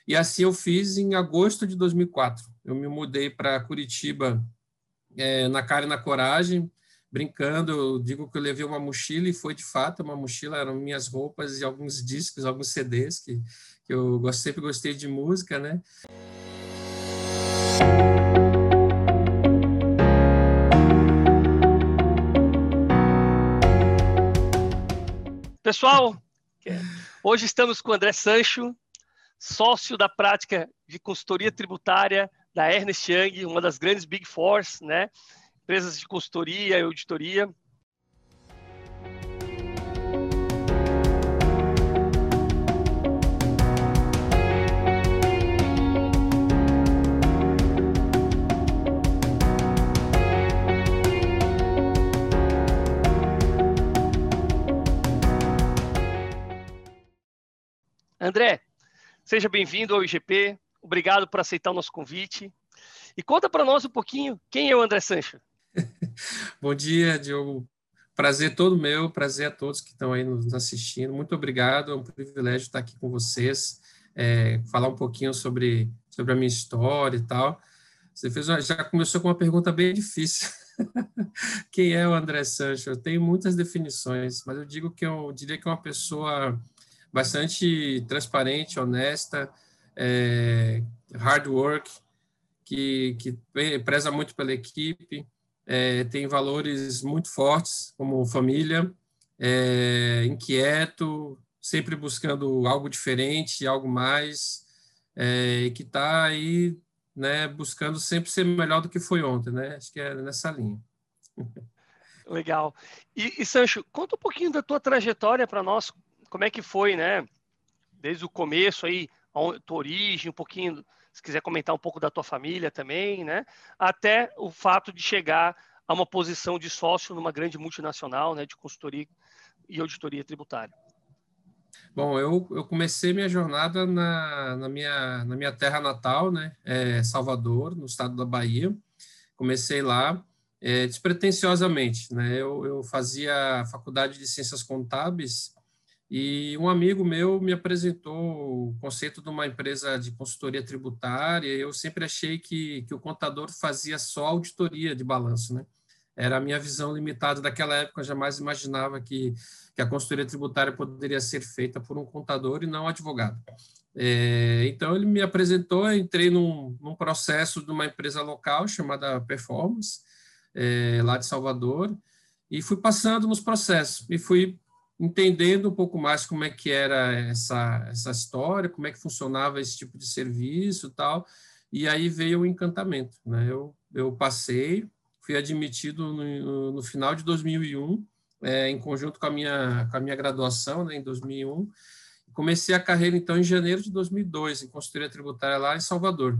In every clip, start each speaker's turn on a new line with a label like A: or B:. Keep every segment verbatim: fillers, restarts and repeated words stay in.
A: E assim eu fiz em agosto de dois mil e quatro. Eu me mudei para Curitiba, é, na cara e na coragem, brincando. Eu digo que eu levei uma mochila, e foi de fato uma mochila, eram minhas roupas e alguns discos, alguns C Ds, que, que eu sempre gostei de música, né?
B: Pessoal, hoje estamos com o André Sancho, sócio da prática de consultoria tributária da Ernst Young, uma das grandes Big Fours, né? Empresas de consultoria e auditoria. André, seja bem-vindo ao I G P, obrigado por aceitar o nosso convite. E conta para nós um pouquinho quem é o André Sancho.
A: Bom dia, Diogo. Prazer todo meu, prazer a todos que estão aí nos assistindo. Muito obrigado, é um privilégio estar aqui com vocês, é, falar um pouquinho sobre, sobre a minha história e tal. Você fez uma, já começou com uma pergunta bem difícil. Quem é o André Sancho? Eu tenho muitas definições, mas eu digo que eu diria que é uma pessoa bastante transparente, honesta, é, hard work, que, que preza muito pela equipe, é, tem valores muito fortes, como família, é, inquieto, sempre buscando algo diferente, algo mais, é, e que está aí, né, buscando sempre ser melhor do que foi ontem, né? Acho que é nessa linha.
B: Legal. E, e Sancho, conta um pouquinho da tua trajetória para nós, como é que foi, né? Desde o começo aí, a tua origem, um pouquinho, se quiser comentar um pouco da tua família também, né? Até o fato de chegar a uma posição de sócio numa grande multinacional, né, de consultoria e auditoria tributária.
A: Bom, eu, eu comecei minha jornada na, na, minha, na minha terra natal, né, é Salvador, no estado da Bahia. Comecei lá é, despretensiosamente, né? Eu, eu fazia faculdade de Ciências Contábeis e um amigo meu me apresentou o conceito de uma empresa de consultoria tributária. Eu sempre achei que, que o contador fazia só auditoria de balanço, né? Era a minha visão limitada daquela época. Eu jamais imaginava que, que a consultoria tributária poderia ser feita por um contador e não um advogado. É, então, ele me apresentou, eu entrei num, num processo de uma empresa local chamada Performance, é, lá de Salvador, e fui passando nos processos, e fui entendendo um pouco mais como é que era essa, essa história, como é que funcionava esse tipo de serviço e tal, e aí veio o encantamento, né? Eu, eu passei, fui admitido no, no final de dois mil e um, é, em conjunto com a minha, com a minha graduação, né, em dois mil e um. Comecei a carreira, então, em janeiro de dois mil e dois, em consultoria tributária lá em Salvador,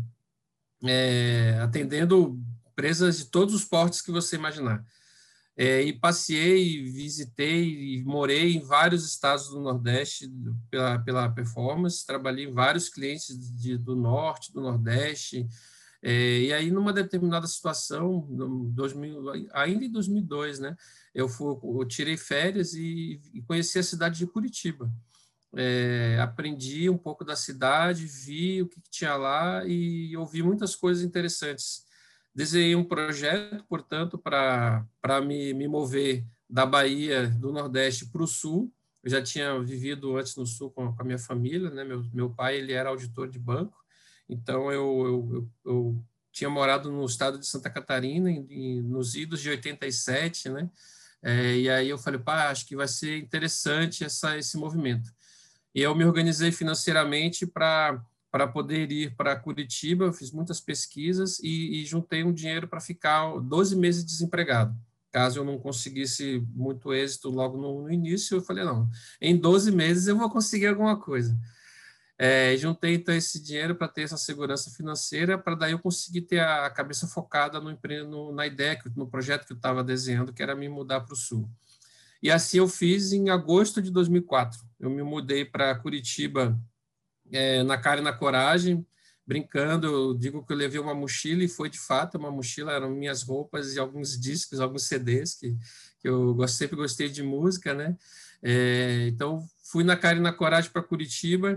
A: é, atendendo empresas de todos os portes que você imaginar. É, e passei, visitei e morei em vários estados do Nordeste pela, pela Performance, trabalhei em vários clientes de, do Norte, do Nordeste, é, e aí, numa determinada situação, no dois mil, ainda em dois mil e dois, né, eu, fui, eu tirei férias e, e conheci a cidade de Curitiba. É, aprendi um pouco da cidade, vi o que, que tinha lá e ouvi muitas coisas interessantes. Desenhei um projeto, portanto, para me, me mover da Bahia, do Nordeste, para o Sul. Eu já tinha vivido antes no Sul com, com a minha família, né? Meu, meu pai ele era auditor de banco, então eu, eu, eu, eu tinha morado no estado de Santa Catarina, em, em, nos idos de oitenta e sete, né? É, e aí eu falei, pá, acho que vai ser interessante essa, esse movimento. E eu me organizei financeiramente para para poder ir para Curitiba. Eu fiz muitas pesquisas e, e juntei um dinheiro para ficar doze meses desempregado. Caso eu não conseguisse muito êxito logo no, no início, eu falei, não, em doze meses eu vou conseguir alguma coisa. É, juntei, então, esse dinheiro para ter essa segurança financeira, para daí eu conseguir ter a cabeça focada no, no, na ideia, no projeto que eu estava desenhando, que era me mudar para o Sul. E assim eu fiz em agosto de dois mil e quatro. Eu me mudei para Curitiba, é, na cara e na coragem, brincando. Eu digo que eu levei uma mochila, e foi de fato uma mochila, eram minhas roupas e alguns discos, alguns C Ds, que, que eu sempre gostei de música, né? É, então, fui na cara e na coragem para Curitiba,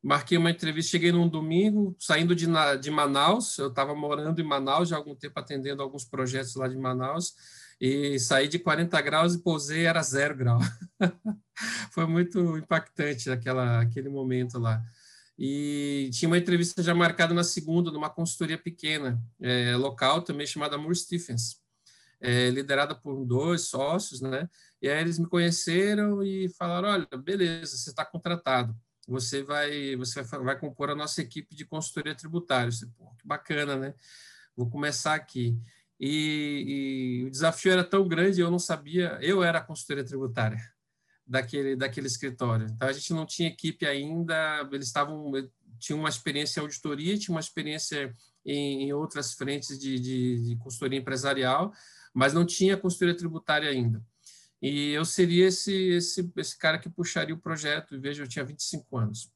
A: marquei uma entrevista, cheguei num domingo, saindo de, de Manaus, eu estava morando em Manaus já há algum tempo, atendendo alguns projetos lá de Manaus, e saí de quarenta graus e pousei, era zero grau. Foi muito impactante aquela, aquele momento lá. E tinha uma entrevista já marcada na segunda, numa consultoria pequena, é, local também, chamada Moore Stephens, é, liderada por dois sócios, né? E aí eles me conheceram e falaram, olha, beleza, você está contratado, você vai, você vai, vai compor a nossa equipe de consultoria tributária. Eu disse, pô, que bacana, né? Vou começar aqui. E, e o desafio era tão grande, eu não sabia, eu era a consultoria tributária daquele, daquele escritório. Então, a gente não tinha equipe ainda, eles estavam, tinham uma experiência em auditoria, tinha uma experiência em, em outras frentes de, de, de consultoria empresarial, mas não tinha consultoria tributária ainda. E eu seria esse, esse, esse cara que puxaria o projeto, e veja, eu tinha vinte e cinco anos.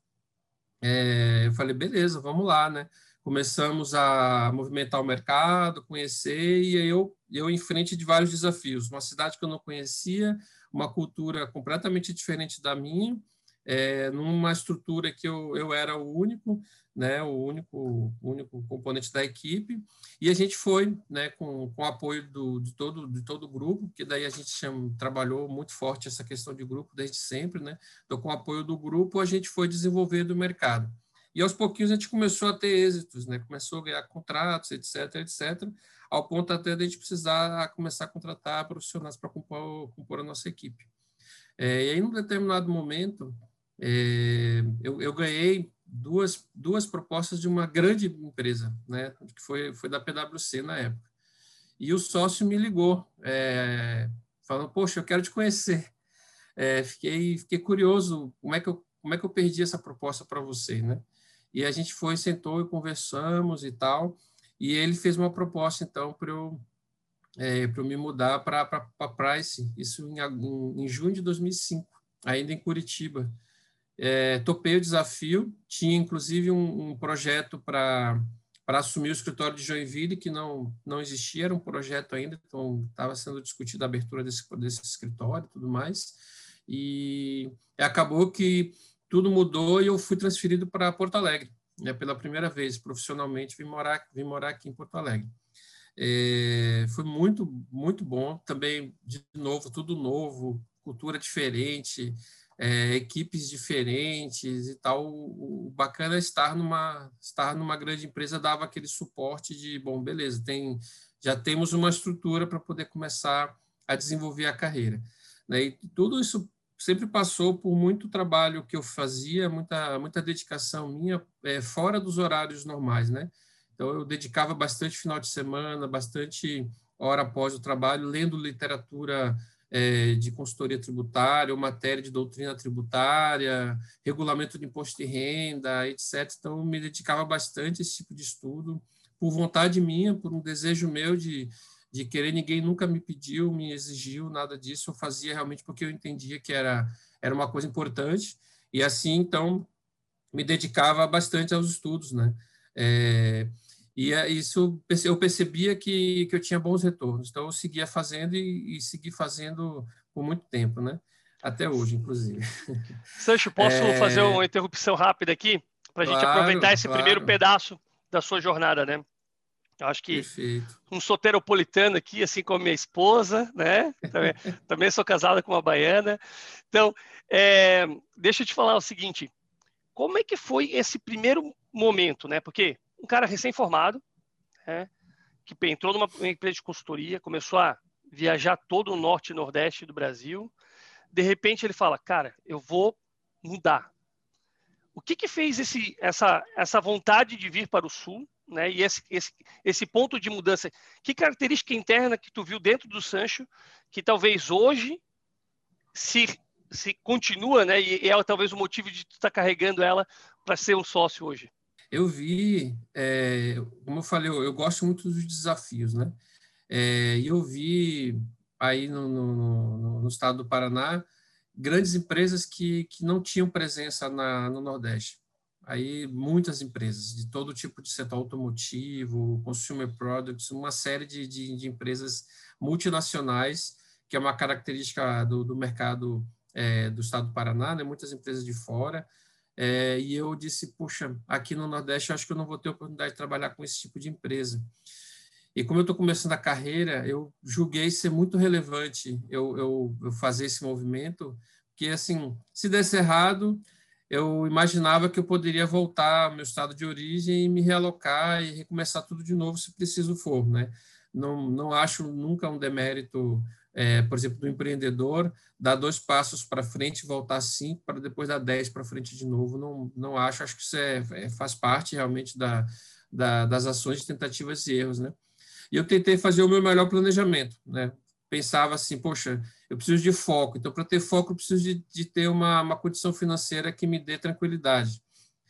A: É, eu falei, beleza, vamos lá, né? Começamos a movimentar o mercado, conhecer, e eu, eu em frente de vários desafios. Uma cidade que eu não conhecia, uma cultura completamente diferente da minha, é, numa estrutura que eu, eu era o único, né, o único, único componente da equipe, e a gente foi, né, com, com o apoio do, de, todo, de todo o grupo, que daí a gente chama, trabalhou muito forte essa questão de grupo desde sempre, né? Então, com o apoio do grupo, a gente foi desenvolvendo o mercado. E aos pouquinhos a gente começou a ter êxitos, né? Começou a ganhar contratos, etc, etc, ao ponto até de a gente precisar começar a contratar profissionais para compor, compor a nossa equipe. É, e aí, num determinado momento, é, eu, eu ganhei duas, duas propostas de uma grande empresa, né? Que foi, foi da P W C na época. E o sócio me ligou, é, falando, poxa, eu quero te conhecer. É, fiquei, fiquei curioso, como é que eu, como é que eu perdi essa proposta para você, né? E a gente foi, sentou e conversamos e tal, e ele fez uma proposta, então, para eu, é, para eu me mudar para a Price, isso em, em, em junho de dois mil e cinco, ainda em Curitiba. É, topei o desafio, tinha, inclusive, um, um projeto para para assumir o escritório de Joinville, que não, não existia, era um projeto ainda, então estava sendo discutida a abertura desse, desse escritório e tudo mais, e acabou que tudo mudou e eu fui transferido para Porto Alegre, né, pela primeira vez, profissionalmente, vim morar, vim morar aqui em Porto Alegre. É, foi muito, muito bom, também, de novo, tudo novo, cultura diferente, é, equipes diferentes e tal. O, o bacana é estar numa, estar numa grande empresa, dava aquele suporte de, bom, beleza, tem, já temos uma estrutura para poder começar a desenvolver a carreira. Né? E tudo isso sempre passou por muito trabalho que eu fazia, muita, muita dedicação minha, é, fora dos horários normais, né? Então, eu dedicava bastante final de semana, bastante hora após o trabalho, lendo literatura é, de consultoria tributária, ou matéria de doutrina tributária, regulamento de imposto de renda, etcétera. Então, eu me dedicava bastante a esse tipo de estudo, por vontade minha, por um desejo meu de, de querer. Ninguém nunca me pediu, me exigiu, nada disso. Eu fazia realmente porque eu entendia que era, era uma coisa importante. E assim, então, me dedicava bastante aos estudos, né? É, e isso eu percebia que, que eu tinha bons retornos. Então, eu seguia fazendo e, e segui fazendo por muito tempo, né? Até hoje, inclusive.
B: Sancho, posso fazer
A: É,
B: uma interrupção rápida aqui? Para a gente aproveitar
A: claro,
B: esse primeiro
A: claro.
B: pedaço da sua jornada, né? Eu acho que
A: Perfeito.
B: um soteropolitano aqui, assim como minha esposa, né? Também, também sou casada com uma baiana. Então, é, deixa eu te falar o seguinte: como é que foi esse primeiro momento, né? Porque um cara recém-formado, né, que entrou numa empresa de consultoria, começou a viajar todo o norte e nordeste do Brasil, de repente ele fala, cara, eu vou mudar. O que que fez esse, essa, essa vontade de vir para o sul, né? E esse, esse, esse ponto de mudança? Que característica interna que tu viu dentro do Sancho que talvez hoje se, se continua, né? E é talvez o motivo de tu estar carregando ela para ser um sócio hoje?
A: Eu vi, é, como eu falei, eu, eu gosto muito dos desafios, né? É, e eu vi aí no, no, no, no estado do Paraná grandes empresas que, que não tinham presença na, no Nordeste. Aí muitas empresas de todo tipo de setor automotivo, consumer products, uma série de, de, de empresas multinacionais, que é uma característica do, do mercado é, do estado do Paraná, né? Muitas empresas de fora. É, e eu disse, poxa, aqui no Nordeste eu acho que eu não vou ter oportunidade de trabalhar com esse tipo de empresa. E como eu estou começando a carreira, eu julguei ser muito relevante eu, eu, eu fazer esse movimento, porque, assim, se desse errado, eu imaginava que eu poderia voltar ao meu estado de origem e me realocar e recomeçar tudo de novo, se preciso for, né? Não, não acho nunca um demérito, é, por exemplo, do empreendedor dar dois passos para frente e voltar cinco para depois dar dez para frente de novo. Não, não acho, acho que isso é, é, faz parte realmente da, da, das ações de tentativas e erros, né? E eu tentei fazer o meu melhor planejamento, né? Pensava assim, poxa, eu preciso de foco. Então, para ter foco, eu preciso de, de ter uma, uma condição financeira que me dê tranquilidade.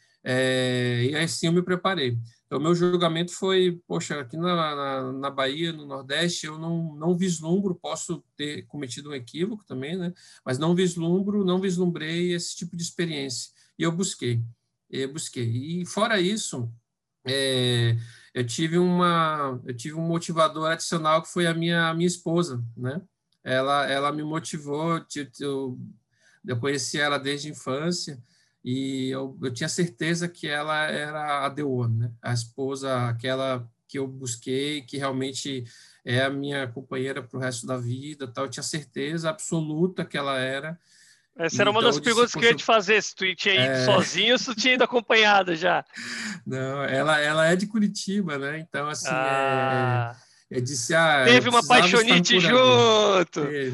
A: É, e assim eu me preparei. Então, o meu julgamento foi, poxa, aqui na, na, na Bahia, no Nordeste, eu não, não vislumbro, posso ter cometido um equívoco também, né? Mas não vislumbro, não vislumbrei esse tipo de experiência. E eu busquei, eu busquei. E fora isso, é, eu tive uma, eu tive um motivador adicional que foi a minha, a minha esposa, né? Ela, ela me motivou, eu, eu conheci ela desde a infância e eu, eu tinha certeza que ela era a The One, né? A esposa, aquela que eu busquei, que realmente é a minha companheira para o resto da vida, tal. Eu tinha certeza absoluta que ela era.
B: Essa
A: E
B: era uma
A: então
B: das
A: eu disse,
B: perguntas que eu ia
A: poxa,
B: te fazer, se tu tinha ido
A: é,
B: sozinho ou se tu tinha ido acompanhado já.
A: não, ela, ela é de Curitiba, né? Então, assim, é,
B: Ah,
A: eu disse, ah, eu
B: teve uma
A: precisava estar
B: paixonite
A: por ali.
B: junto.
A: Teve.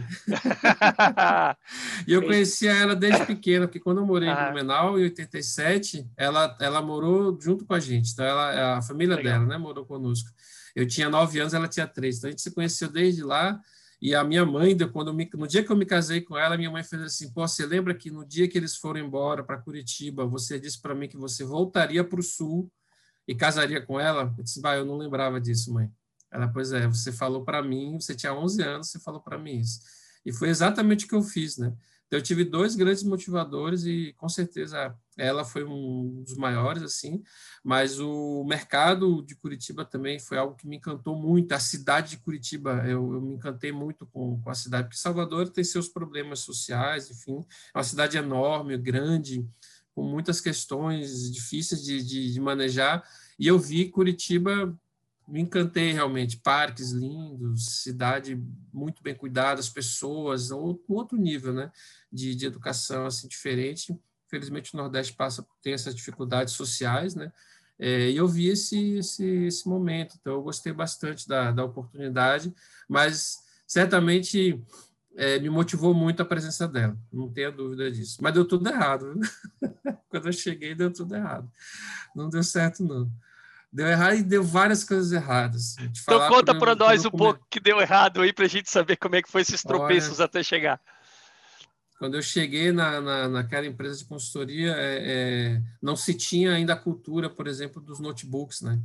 A: E eu conhecia ela desde pequena, porque quando eu morei em
B: Ah,
A: Blumenau, em oitenta e sete, ela, ela morou junto com a gente. Então, ela, a família
B: legal.
A: dela, né, morou conosco. Eu tinha nove anos, ela tinha três. Então, a gente se conheceu desde lá. E a minha mãe, de- quando eu me- no dia que eu me casei com ela, minha mãe fez assim: pô, você lembra que no dia que eles foram embora para Curitiba, você disse para mim que você voltaria para o Sul e casaria com ela? Eu disse, vai, eu não lembrava disso, mãe. Ela, pois é, você falou para mim, você tinha onze anos, você falou para mim isso. E foi exatamente o que eu fiz, né? Então, eu tive dois grandes motivadores e, com certeza, ela foi um dos maiores, assim, mas o mercado de Curitiba também foi algo que me encantou muito. A cidade de Curitiba, eu, eu me encantei muito com, com a cidade, porque Salvador tem seus problemas sociais, enfim, é uma cidade enorme, grande, com muitas questões difíceis de, de, de manejar, e eu vi Curitiba, me encantei realmente, parques lindos, cidade muito bem cuidada, as pessoas, um outro nível, né, de, de educação assim diferente. Infelizmente o Nordeste passa por ter essas dificuldades sociais, né, é, e eu vi esse, esse, esse momento, então eu gostei bastante da, da oportunidade, mas certamente é, me motivou muito a presença dela, não tenha dúvida disso. Mas deu tudo errado, viu? Quando eu cheguei, deu tudo errado. Não deu certo, não. Deu errado e deu várias coisas erradas. Vou te
B: Então
A: falar,
B: conta
A: quando
B: para
A: eu, quando
B: nós
A: eu
B: um
A: come...
B: pouco que deu errado aí para a gente saber como é que foi esses
A: Olha,
B: tropeços até chegar.
A: quando eu cheguei na, na, naquela empresa de consultoria, é, é, não se tinha ainda a cultura, por exemplo, dos notebooks, né?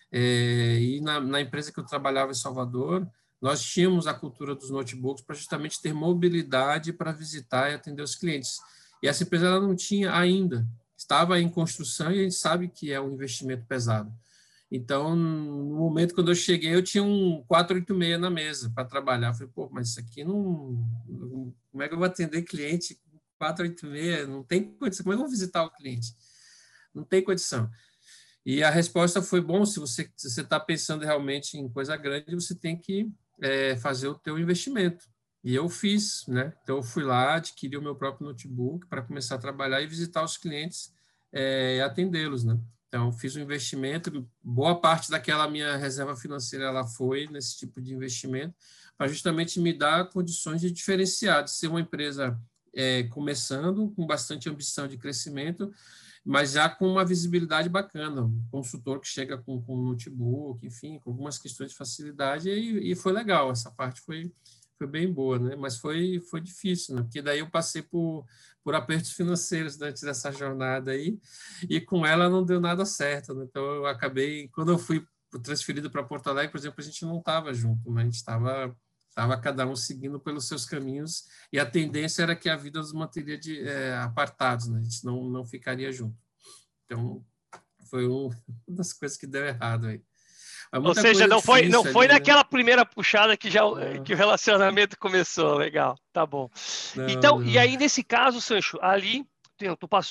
A: É, e na, na empresa que eu trabalhava em Salvador, nós tínhamos a cultura dos notebooks para justamente ter mobilidade para visitar e atender os clientes. E essa empresa ela não tinha ainda, estava em construção e a gente sabe que é um investimento pesado. Então, no momento quando eu cheguei, eu tinha um quatrocentos e oitenta e seis na mesa para trabalhar. Eu falei, pô, mas isso aqui não. Como é que eu vou atender cliente com quatrocentos e oitenta e seis? Não tem condição. Como é que eu vou visitar o cliente? Não tem condição. E a resposta foi, bom, se você se você está pensando realmente em coisa grande, você tem que é, fazer o teu investimento. E eu fiz, né? Então, eu fui lá, adquiri o meu próprio notebook para começar a trabalhar e visitar os clientes é, e atendê-los, né? Então, fiz um investimento, boa parte daquela minha reserva financeira ela foi nesse tipo de investimento, para justamente me dar condições de diferenciar, de ser uma empresa é, começando, com bastante ambição de crescimento, mas já com uma visibilidade bacana, um consultor que chega com, com um notebook, enfim, com algumas questões de facilidade, e, e foi legal, essa parte foi, foi bem boa, né? Mas foi, foi difícil, né? Porque daí eu passei por, por apertos financeiros durante essa jornada aí, e com ela não deu nada certo, né? Então eu acabei, quando eu fui transferido para Porto Alegre, por exemplo, a gente não estava junto, né? A gente estava estava cada um seguindo pelos seus caminhos, e a tendência era que a vida os manteria de, é, apartados, né? A gente não, não ficaria junto. Então, foi um, uma das coisas que deu errado aí. Mas
B: Ou
A: muita
B: seja,
A: coisa
B: não foi, não
A: difícil
B: foi
A: ali, né?
B: naquela primeira puxada que já
A: Não,
B: que o relacionamento começou. Legal, tá bom.
A: não,
B: Então, e
A: não.
B: aí nesse caso, Sancho, ali tu tu passou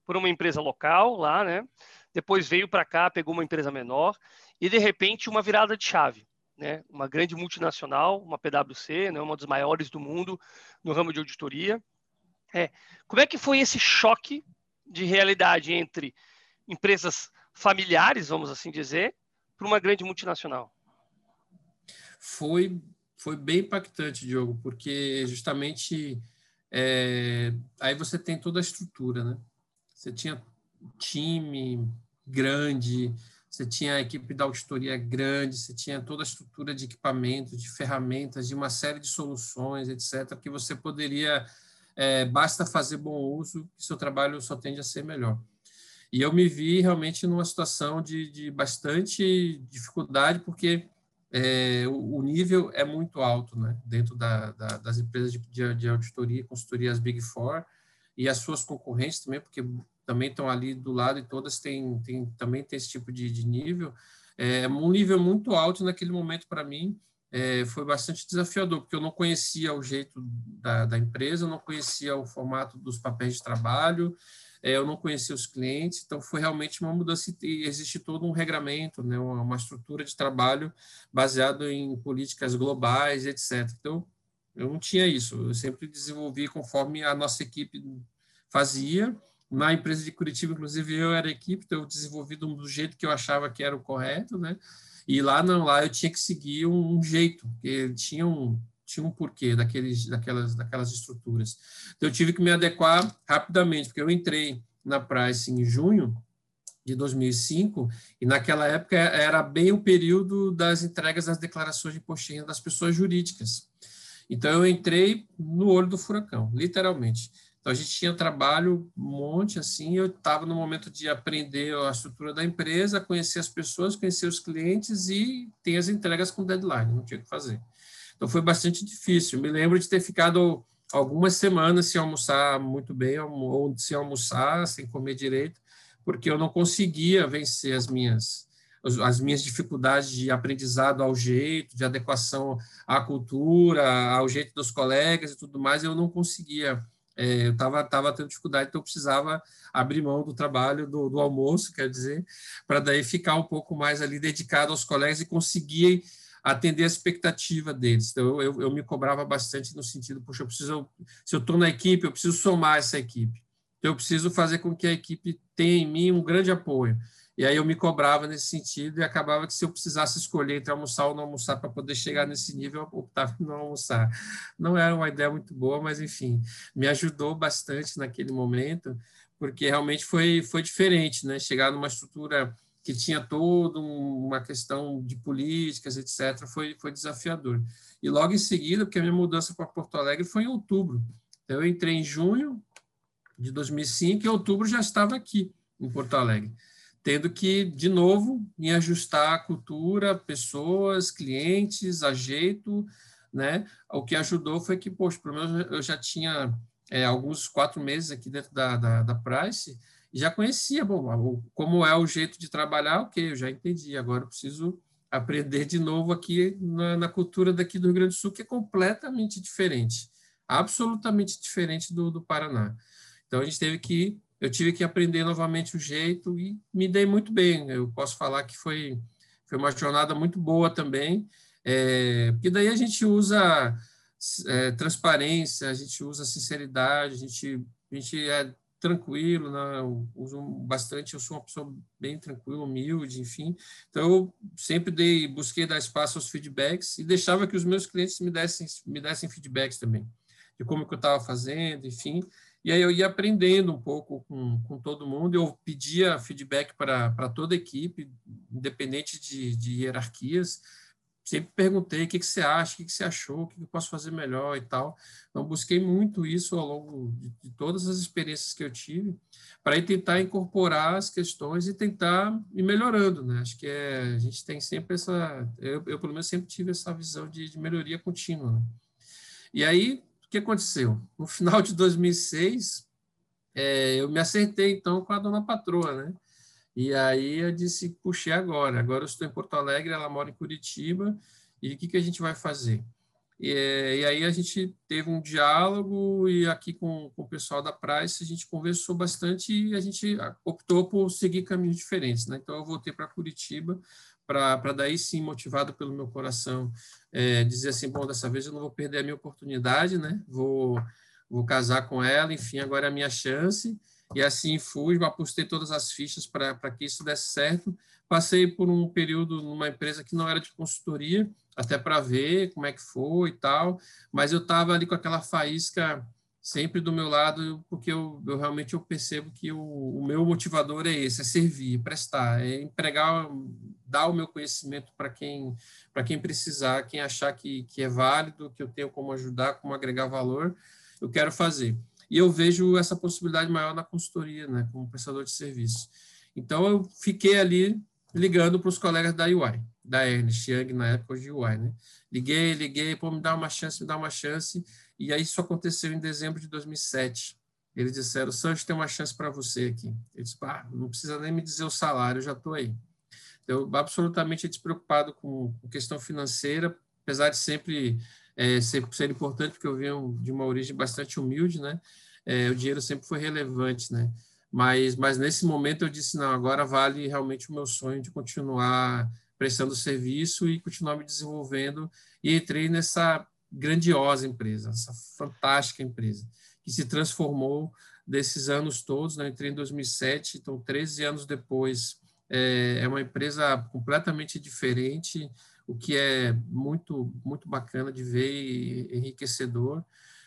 B: por uma empresa local lá, né? Depois veio para cá, pegou uma empresa menor e, de repente, uma virada de chave, né? Uma grande multinacional, uma P W C, né? Uma das maiores do mundo no ramo de auditoria. É. Como é que foi esse choque de realidade entre empresas familiares, vamos assim dizer, para uma grande multinacional?
A: Foi, foi bem impactante, Diogo, porque justamente é, aí você tem toda a estrutura, né? Você tinha time grande, você tinha a equipe da auditoria grande, você tinha toda a estrutura de equipamento, de ferramentas, de uma série de soluções, etcétera, que você poderia, é, basta fazer bom uso, que seu trabalho só tende a ser melhor. E eu me vi realmente numa situação de, de bastante dificuldade, porque é, o nível é muito alto, né, dentro da, da, das empresas de, de, de auditoria, consultoria, as Big Four, e as suas concorrentes também, porque também estão ali do lado e todas têm, têm, também têm esse tipo de, de nível. É um nível muito alto naquele momento para mim, é, foi bastante desafiador, porque eu não conhecia o jeito da, da empresa, eu não conhecia o formato dos papéis de trabalho, é, eu não conhecia os clientes, então foi realmente uma mudança e existe todo um regramento, né, uma, uma estrutura de trabalho baseado em políticas globais, etcétera. Então, eu não tinha isso, eu sempre desenvolvi conforme a nossa equipe fazia. Na empresa de Curitiba, inclusive, eu era a equipe, então eu desenvolvi do jeito que eu achava que era o correto, né? E lá não, lá eu tinha que seguir um, um jeito, porque tinha um, tinha um porquê daqueles, daquelas, daquelas estruturas. Então, eu tive que me adequar rapidamente, porque eu entrei na Price em junho de dois mil e cinco, e naquela época era bem o período das entregas das declarações de imposto de renda das pessoas jurídicas. Então, eu entrei no olho do furacão, literalmente. Então, a gente tinha trabalho, um monte, assim, eu estava no momento de aprender a estrutura da empresa, conhecer as pessoas, conhecer os clientes e ter as entregas com deadline, não tinha o que fazer. Então, foi bastante difícil. Me lembro de ter ficado algumas semanas sem almoçar muito bem, ou sem almoçar, sem comer direito, porque eu não conseguia vencer as minhas as minhas dificuldades de aprendizado ao jeito, de adequação à cultura, ao jeito dos colegas e tudo mais, eu não conseguia. É, eu estava tava tendo dificuldade, então eu precisava abrir mão do trabalho, do, do almoço, quer dizer, para daí ficar um pouco mais ali dedicado aos colegas e conseguir atender a expectativa deles. Então, eu, eu me cobrava bastante no sentido, puxa, eu preciso, se eu estou na equipe, eu preciso somar essa equipe. Então, eu preciso fazer com que a equipe tenha em mim um grande apoio. E aí eu me cobrava nesse sentido e acabava que se eu precisasse escolher entre almoçar ou não almoçar para poder chegar nesse nível, eu optava por não almoçar. Não era uma ideia muito boa, mas, enfim, me ajudou bastante naquele momento, porque realmente foi, foi diferente, né? Chegar numa estrutura que tinha toda uma questão de políticas, etcétera, foi, foi desafiador. E logo em seguida, porque a minha mudança para Porto Alegre foi em outubro. Então, eu entrei em junho de dois mil e cinco e em outubro já estava aqui, em Porto Alegre, tendo que, de novo, me ajustar à cultura, pessoas, clientes, a jeito, né? O que ajudou foi que, poxa, pelo menos eu já tinha é, alguns quatro meses aqui dentro da, da, da Price e já conhecia, bom, como é o jeito de trabalhar, ok, eu já entendi, agora eu preciso aprender de novo aqui na, na cultura daqui do Rio Grande do Sul, que é completamente diferente, absolutamente diferente do, do Paraná. Então, a gente teve que eu tive que aprender novamente o jeito e me dei muito bem. Eu posso falar que foi, foi uma jornada muito boa também, é, porque daí a gente usa é, transparência, a gente usa sinceridade, a gente, a gente é tranquilo, né? Eu uso bastante, eu sou uma pessoa bem tranquila, humilde, enfim. Então, eu sempre dei, busquei dar espaço aos feedbacks e deixava que os meus clientes me dessem, me dessem feedbacks também, de como que eu estava fazendo, enfim. E aí eu ia aprendendo um pouco com, com todo mundo, eu pedia feedback para, para toda a equipe, independente de, de hierarquias, sempre perguntei o que, que você acha, o que, que você achou, o que, que eu posso fazer melhor e tal. Então, busquei muito isso ao longo de, de todas as experiências que eu tive, para ir tentar incorporar as questões e tentar ir melhorando, né? Acho que é, a gente tem sempre essa, eu, eu pelo menos sempre tive essa visão de, de melhoria contínua, né? E aí, o que aconteceu? No final de dois mil e seis, é, eu me acertei, então, com a dona patroa, né? E aí eu disse, puxei agora. Agora eu estou em Porto Alegre, ela mora em Curitiba, e o que, que a gente vai fazer? E, e aí a gente teve um diálogo e aqui com, com o pessoal da Price a gente conversou bastante e a gente optou por seguir caminhos diferentes, né? Então eu voltei para Curitiba para daí sim, motivado pelo meu coração, é, dizer assim, bom, dessa vez eu não vou perder a minha oportunidade, né? Vou, vou casar com ela, enfim, agora é a minha chance. E assim fui, apostei todas as fichas para que isso desse certo. Passei por um período numa empresa que não era de consultoria, até para ver como é que foi e tal, mas eu estava ali com aquela faísca sempre do meu lado, porque eu, eu realmente eu percebo que o, o meu motivador é esse, é servir, prestar, é empregar, dar o meu conhecimento para quem, para quem precisar, quem achar que, que é válido, que eu tenho como ajudar, como agregar valor, eu quero fazer. E eu vejo essa possibilidade maior na consultoria, né, como prestador de serviço. Então, eu fiquei ali ligando para os colegas da U I, da Ernst Young, na época de U I, né? Liguei, liguei, pô, me dá uma chance, me dá uma chance. E aí isso aconteceu em dezembro de dois mil e sete. Eles disseram, Sancho, tem uma chance para você aqui. Eu disse, ah, não precisa nem me dizer o salário, eu já estou aí. Então, absolutamente despreocupado com, com questão financeira, apesar de sempre é, ser, ser importante, porque eu venho de uma origem bastante humilde, né? É, o dinheiro sempre foi relevante, né? Mas, mas nesse momento eu disse, não, agora vale realmente o meu sonho de continuar prestando serviço e continuar me desenvolvendo. E entrei nessa grandiosa empresa, essa fantástica empresa, que se transformou desses anos todos, né? Eu entrei em dois mil e sete, então treze anos depois, é, é uma empresa completamente diferente, o que é muito, muito bacana de ver e enriquecedor.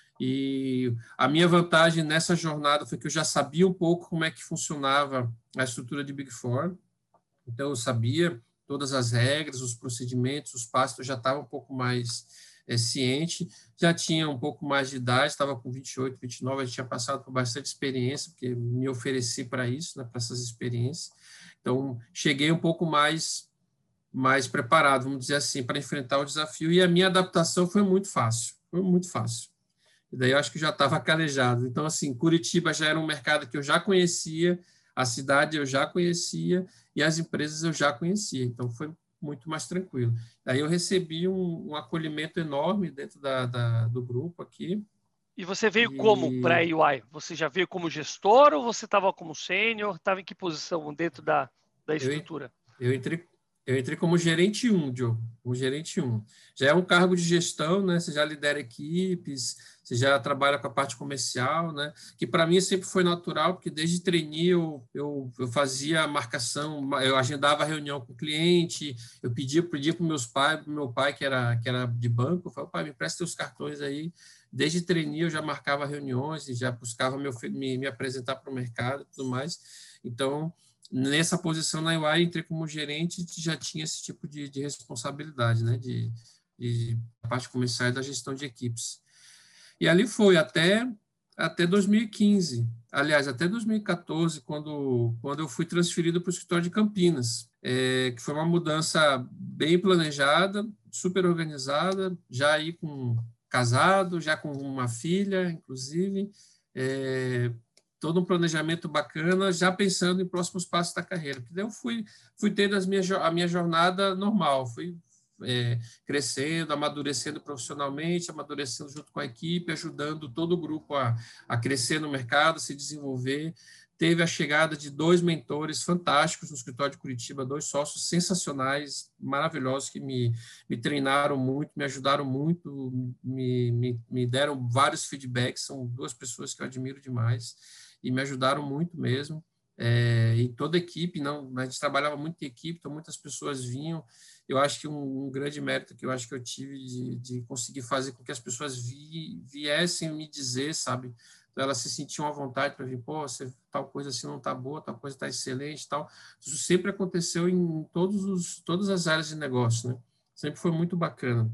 A: E a minha vantagem nessa jornada foi que eu já sabia um pouco como é que funcionava a estrutura de Big Four, então eu sabia todas as regras, os procedimentos, os passos, eu já estava um pouco mais é, ciente, já tinha um pouco mais de idade, estava com vinte e oito, vinte e nove, eu tinha passado por bastante experiência, porque me ofereci para isso, né, para essas experiências. Então, cheguei um pouco mais, mais preparado, vamos dizer assim, para enfrentar o desafio, e a minha adaptação foi muito fácil, foi muito fácil. E daí eu acho que já estava calejado. Então, assim, Curitiba já era um mercado que eu já conhecia, a cidade eu já conhecia e as empresas eu já conhecia. Então, foi muito mais tranquilo. Daí eu recebi um, um acolhimento enorme dentro da, da, do grupo aqui.
B: E você veio como para a
A: E
B: U I? Você já veio como gestor ou você estava como sênior? Estava em que posição dentro da, da
A: eu,
B: estrutura?
A: eu entrei Eu entrei como gerente um, Diogo, como gerente um. Já é um cargo de gestão, né? Você já lidera equipes, você já trabalha com a parte comercial, né? Que para mim sempre foi natural, porque desde trainee eu, eu, eu fazia marcação, eu agendava reunião com o cliente, eu pedia, pedia para meus pais, para meu pai que era que era de banco, eu falava, pai, me presta os cartões aí. Desde trainee eu já marcava reuniões e já buscava me, me, me apresentar para o mercado e tudo mais. Então nessa posição na U I, entrei como gerente e já tinha esse tipo de, de responsabilidade, né, de, de parte comercial e da gestão de equipes. E ali foi até, até dois mil e quinze, aliás, até dois mil e quatorze, quando, quando eu fui transferido para o escritório de Campinas, é, que foi uma mudança bem planejada, super organizada, já aí com casado, já com uma filha, inclusive, é, todo um planejamento bacana, já pensando em próximos passos da carreira. Porque daí eu fui, fui tendo as minhas, a minha jornada normal, fui é, crescendo, amadurecendo profissionalmente, amadurecendo junto com a equipe, ajudando todo o grupo a, a crescer no mercado, se desenvolver. Teve a chegada de dois mentores fantásticos no escritório de Curitiba, dois sócios sensacionais, maravilhosos, que me, me treinaram muito, me ajudaram muito, me, me, me deram vários feedbacks, são duas pessoas que eu admiro demais e me ajudaram muito mesmo. É, e toda a equipe, não, a gente trabalhava muito em equipe, então muitas pessoas vinham. Eu acho que um, um grande mérito que eu acho que eu tive de, de conseguir fazer com que as pessoas vi, viessem me dizer, sabe? Então, elas se sentiam à vontade para vir, pô, você, tal coisa assim não está boa, tal coisa está excelente, tal. Isso sempre aconteceu em todos os, todas as áreas de negócio, né? Sempre foi muito bacana.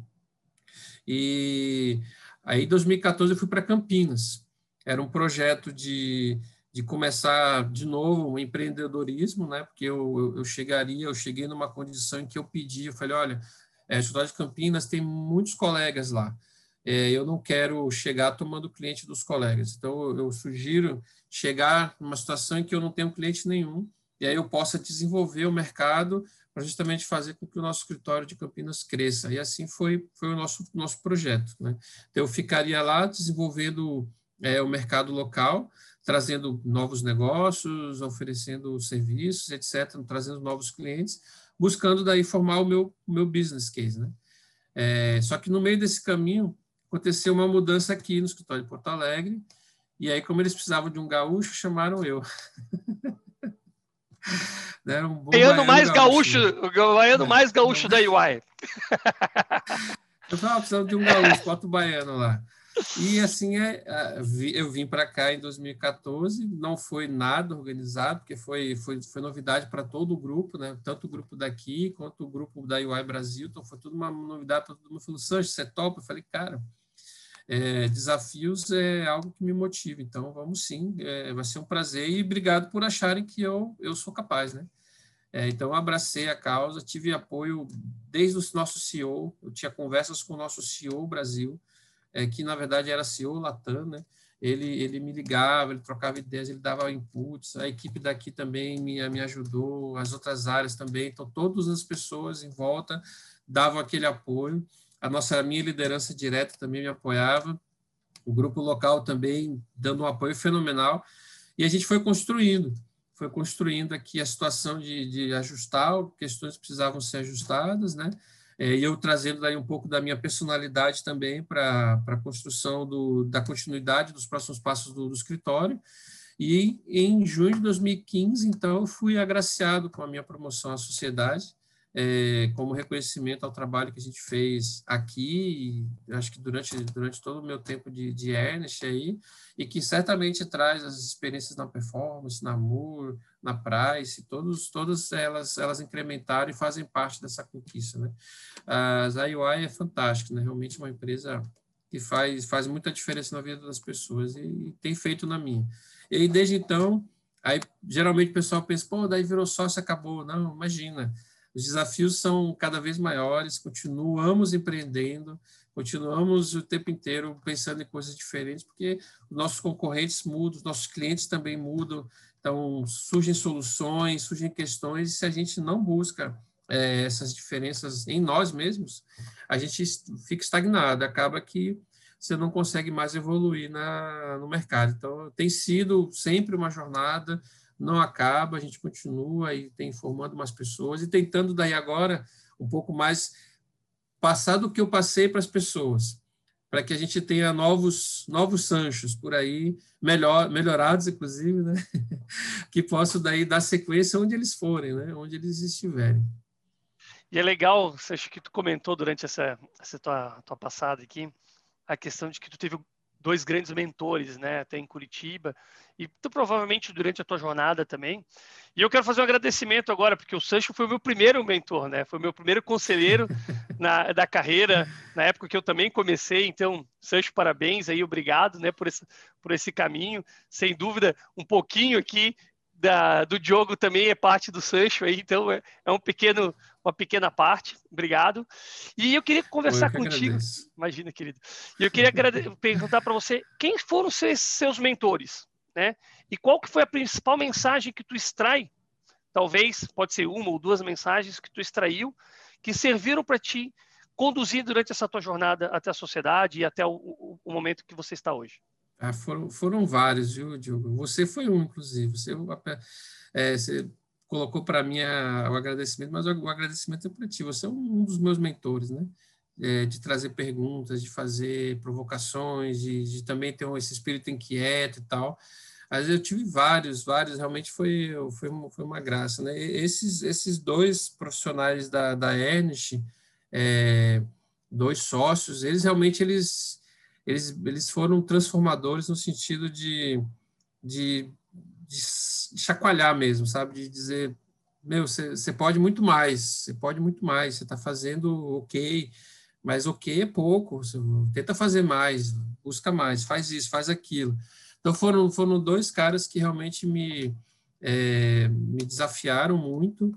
A: E aí, em dois mil e quatorze, eu fui para Campinas. Era um projeto de, de começar de novo o empreendedorismo, né? Porque eu, eu, eu chegaria, eu cheguei numa condição em que eu pedi, eu falei, olha, é, a Cidade de Campinas tem muitos colegas lá. É, eu não quero chegar tomando cliente dos colegas. Então, eu, eu sugiro chegar numa situação em que eu não tenho cliente nenhum e aí eu possa desenvolver o mercado para justamente fazer com que o nosso escritório de Campinas cresça. E assim foi, foi o nosso, nosso projeto, né? Então, eu ficaria lá desenvolvendo é, o mercado local, trazendo novos negócios, oferecendo serviços, etcétera, trazendo novos clientes, buscando daí formar o meu, o meu business case, né? É, só que no meio desse caminho aconteceu uma mudança aqui no escritório de Porto Alegre, e aí, como eles precisavam de um gaúcho, chamaram eu. Era um bom
B: Baiano
A: baiano
B: mais gaúcho,
A: gaúcho.
B: o baiano mais gaúcho da U I.
A: Eu estava precisando de um gaúcho, bota o baiano lá. E assim, é, eu vim para cá em dois mil e quatorze, não foi nada organizado, porque foi, foi, foi novidade para todo o grupo, né? Tanto o grupo daqui quanto o grupo da U I Brasil, então foi tudo uma novidade para todo mundo. Falou, Sancho, você topa? Eu falei, cara, é, desafios é algo que me motiva, então vamos sim, é, vai ser um prazer e obrigado por acharem que eu, eu sou capaz, né? É, então, eu abracei a causa, tive apoio desde o nosso C E O, eu tinha conversas com o nosso C E O Brasil, é, que na verdade era C E O Latam, né? Ele, ele me ligava, ele trocava ideias, ele dava inputs, a equipe daqui também me, me ajudou, as outras áreas também, então todas as pessoas em volta davam aquele apoio, a nossa a minha liderança direta também me apoiava, o grupo local também dando um apoio fenomenal, e a gente foi construindo, foi construindo aqui a situação de, de ajustar, questões que precisavam ser ajustadas, né? E eu trazendo daí um pouco da minha personalidade também para a construção do, da continuidade dos próximos passos do, do escritório. E em junho de dois mil e quinze, então, eu fui agraciado com a minha promoção à sociedade, é, como reconhecimento ao trabalho que a gente fez aqui, e acho que durante, durante todo o meu tempo de, de Ernest aí, e que certamente traz as experiências na performance, na Moore, na Price, todos, todas elas, elas incrementaram e fazem parte dessa conquista, né? As a U I é fantástica, né? Realmente uma empresa que faz, faz muita diferença na vida das pessoas e, e tem feito na minha. E aí, desde então, aí geralmente o pessoal pensa, pô, daí virou sócio, acabou. Não, imagina, os desafios são cada vez maiores, continuamos empreendendo, continuamos o tempo inteiro pensando em coisas diferentes, porque os nossos concorrentes mudam, os nossos clientes também mudam, então surgem soluções, surgem questões, e se a gente não busca é, essas diferenças em nós mesmos, a gente fica estagnado, acaba que você não consegue mais evoluir na, no mercado. Então, tem sido sempre uma jornada, não acaba, a gente continua e tem formando mais pessoas e tentando daí agora um pouco mais passar do que eu passei para as pessoas, para que a gente tenha novos novos Sanchos por aí, melhor, melhorados inclusive, né? Que possam daí dar sequência onde eles forem, né? Onde eles estiverem.
B: E é legal, acho que tu comentou durante essa, essa tua, tua passada aqui, a questão de que tu teve dois grandes mentores, né, até em Curitiba, e tu provavelmente durante a tua jornada também. E eu quero fazer um agradecimento agora, porque o Sancho foi o meu primeiro mentor, né, foi o meu primeiro conselheiro na, da carreira, na época que eu também comecei. Então, Sancho, parabéns aí, obrigado, né, por esse, por esse caminho. Sem dúvida, um pouquinho aqui da, do Diogo também é parte do Sancho aí, então é, é um pequeno, uma pequena parte, obrigado. E eu queria
A: Pô, eu
B: conversar
A: que
B: contigo,
A: agradeço.
B: imagina, querido, e eu queria perguntar para você, quem foram seus, seus mentores, né? E qual que foi a principal mensagem que tu extrai, talvez, pode ser uma ou duas mensagens que tu extraiu, que serviram para ti conduzir durante essa tua jornada até a sociedade e até o, o, o momento que você está hoje?
A: Ah, foram, foram vários, viu, Diogo? Você foi um, inclusive. Você, é, você colocou para mim a, o agradecimento, mas o, o agradecimento é para ti. Você é um, um dos meus mentores, né? É, de trazer perguntas, de fazer provocações, de, de também ter esse espírito inquieto e tal. Mas eu tive vários, vários, realmente foi, foi, uma, foi uma graça, né? Esses, esses dois profissionais da, da Ernest, é, dois sócios, eles realmente eles eles, eles foram transformadores no sentido de, de, de chacoalhar mesmo, sabe? De dizer, meu, você pode muito mais, você pode muito mais, você está fazendo ok, mas ok é pouco, tenta fazer mais, busca mais, faz isso, faz aquilo. Então foram, foram dois caras que realmente me, é, me desafiaram muito,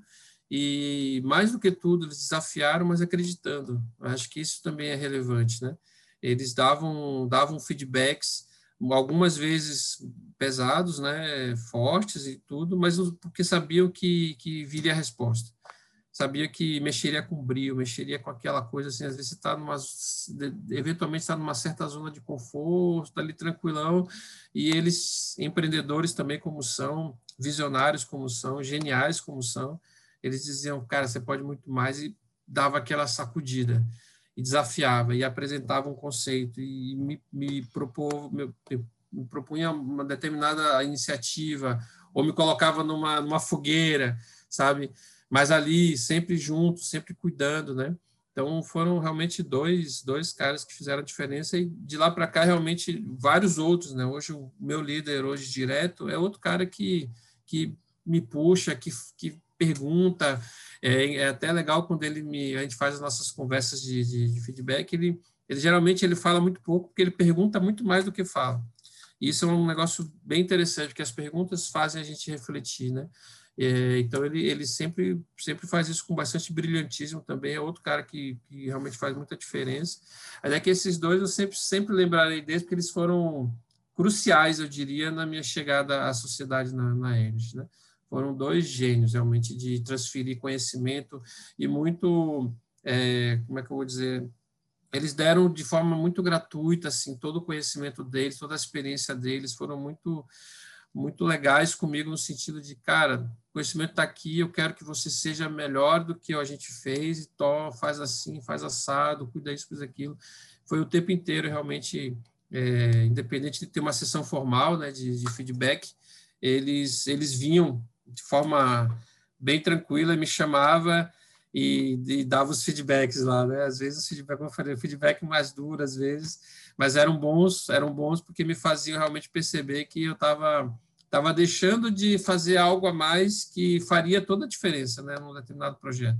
A: e mais do que tudo, eles desafiaram, mas acreditando. Acho que isso também é relevante, né? Eles davam, davam feedbacks algumas vezes pesados, né, fortes e tudo, mas porque sabiam que, que viria a resposta. Sabia que mexeria com brio, mexeria com aquela coisa assim, às vezes você está numa, eventualmente está numa certa zona de conforto, está ali tranquilão, e eles, empreendedores também como são, visionários como são, geniais como são, eles diziam, cara, você pode muito mais, e dava aquela sacudida, e desafiava, e apresentava um conceito, e me, me, propor, me, me propunha uma determinada iniciativa, ou me colocava numa, numa fogueira, sabe? Mas ali, sempre juntos, sempre cuidando, né? Então, foram realmente dois, dois caras que fizeram a diferença e de lá para cá, realmente, vários outros, né? Hoje, o meu líder, hoje, direto, é outro cara que, que me puxa, que, que pergunta. É, é até legal quando ele me, a gente faz as nossas conversas de, de, de feedback, ele, ele geralmente ele fala muito pouco, porque ele pergunta muito mais do que fala. E isso é um negócio bem interessante, porque as perguntas fazem a gente refletir, né? É, então, ele, ele sempre, sempre faz isso com bastante brilhantismo também, é outro cara que, que realmente faz muita diferença. Mas é que esses dois eu sempre, sempre lembrarei deles, porque eles foram cruciais, eu diria, na minha chegada à sociedade na, na Ernst, né? Foram dois gênios, realmente, de transferir conhecimento e muito, é, como é que eu vou dizer, eles deram de forma muito gratuita, assim, todo o conhecimento deles, toda a experiência deles, foram muito muito legais comigo no sentido de, cara, o conhecimento está aqui, eu quero que você seja melhor do que a gente fez, e tó, faz assim, faz assado, cuida isso, cuida aquilo. Foi o tempo inteiro, realmente, é, independente de ter uma sessão formal, né, de, de feedback, eles, eles vinham de forma bem tranquila, me chamava e, e dava os feedbacks lá, né? Às vezes, o feedback, como eu falei, o feedback mais duro, às vezes, mas eram bons, eram bons porque me faziam realmente perceber que eu estava estava deixando de fazer algo a mais que faria toda a diferença, né, num determinado projeto.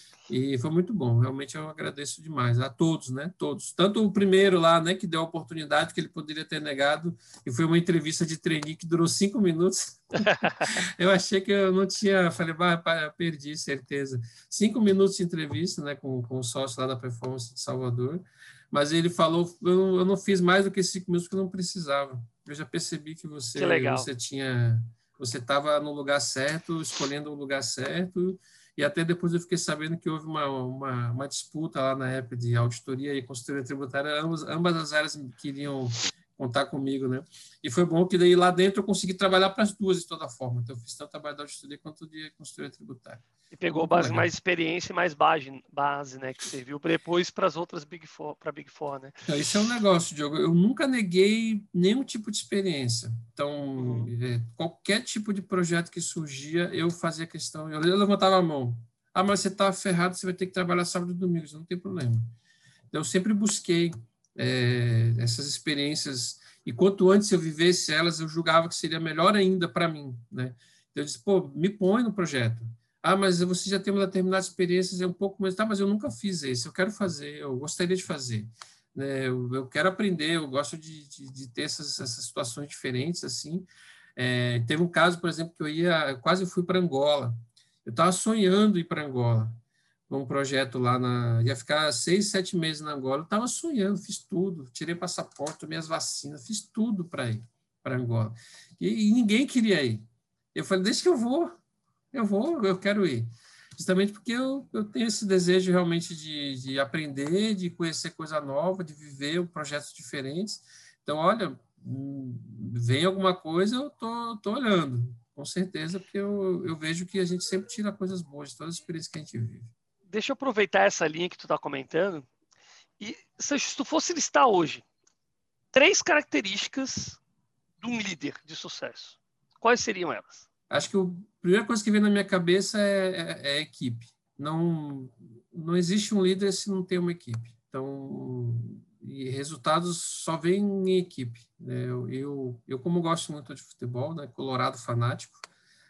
A: E foi muito bom, realmente eu agradeço demais a todos, né, todos. Tanto o primeiro lá, né, que deu a oportunidade que ele poderia ter negado, e foi uma entrevista de trainee que durou cinco minutos. Eu achei que eu não tinha, falei, bah, perdi, certeza. Cinco minutos de entrevista, né, com, com o sócio lá da Performance de Salvador, mas ele falou, eu não, eu não fiz mais do que cinco minutos porque eu não precisava. Eu já percebi que
B: Que
A: você,
B: legal.
A: você tinha, você estava no lugar certo, escolhendo o lugar certo, e até depois eu fiquei sabendo que houve uma, uma, uma disputa lá na época de auditoria e consultoria tributária, ambas, ambas as áreas queriam contar comigo, né? E foi bom que daí lá dentro eu consegui trabalhar para as duas de toda forma. Então eu fiz tanto trabalho da auditoria quanto de consultoria tributária.
B: E pegou
A: Muito
B: base,
A: legal.
B: mais experiência e mais base, base, né? Que serviu depois para as outras Big Four, para Big Four, né?
A: Então, isso é um negócio, Diogo. Eu nunca neguei nenhum tipo de experiência. Então,
B: Uhum.
A: é, qualquer tipo de projeto que surgia, eu fazia questão. Eu, eu levantava a mão. Ah, mas você está ferrado, você vai ter que trabalhar sábado e domingo. Isso não tem problema. Então, eu sempre busquei é, essas experiências. E quanto antes eu vivesse elas, eu julgava que seria melhor ainda para mim, né? Então, eu disse, pô, me põe no projeto. Ah, mas você já tem uma determinada experiência, é um pouco mais. Tá, mas eu nunca fiz esse, eu quero fazer, eu gostaria de fazer. Né? Eu, eu quero aprender, eu gosto de, de, de ter essas, essas situações diferentes, assim. É, teve um caso, por exemplo, que eu ia, eu quase fui para Angola. Eu estava sonhando ir para Angola, um projeto lá na. Ia ficar seis, sete meses na Angola. Eu estava sonhando, fiz tudo, tirei passaporte, tomei as vacinas, fiz tudo para ir para Angola. E, e ninguém queria ir. Eu falei, deixa que eu vou, eu vou, eu quero ir. Justamente porque eu, eu tenho esse desejo realmente de, de aprender, de conhecer coisa nova, de viver projetos diferentes. Então, olha, vem alguma coisa, eu tô, tô olhando, com certeza, porque eu, eu vejo que a gente sempre tira coisas boas de todas as experiências que a gente vive.
B: Deixa eu aproveitar essa linha que tu está comentando. E se tu fosse listar hoje três características de um líder de sucesso, quais seriam elas?
A: Acho que a primeira coisa que vem na minha cabeça é, é, é a equipe. Não, não existe um líder se não tem uma equipe. Então, e resultados só vêm em equipe. Né? Eu, eu, eu, como gosto muito de futebol, né? Colorado fanático,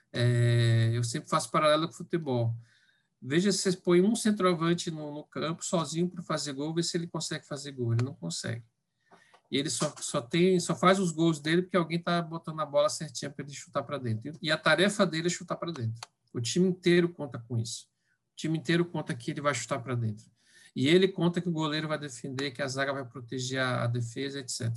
A: é, eu sempre faço paralelo com o futebol. Veja se você põe um centroavante no, no campo sozinho para fazer gol, vê se ele consegue fazer gol. Ele não consegue. E ele só, só, tem, só faz os gols dele porque alguém está botando a bola certinha para ele chutar para dentro. E a tarefa dele é chutar para dentro. O time inteiro conta com isso. O time inteiro conta que ele vai chutar para dentro. E ele conta que o goleiro vai defender, que a zaga vai proteger a, a defesa, etcétera.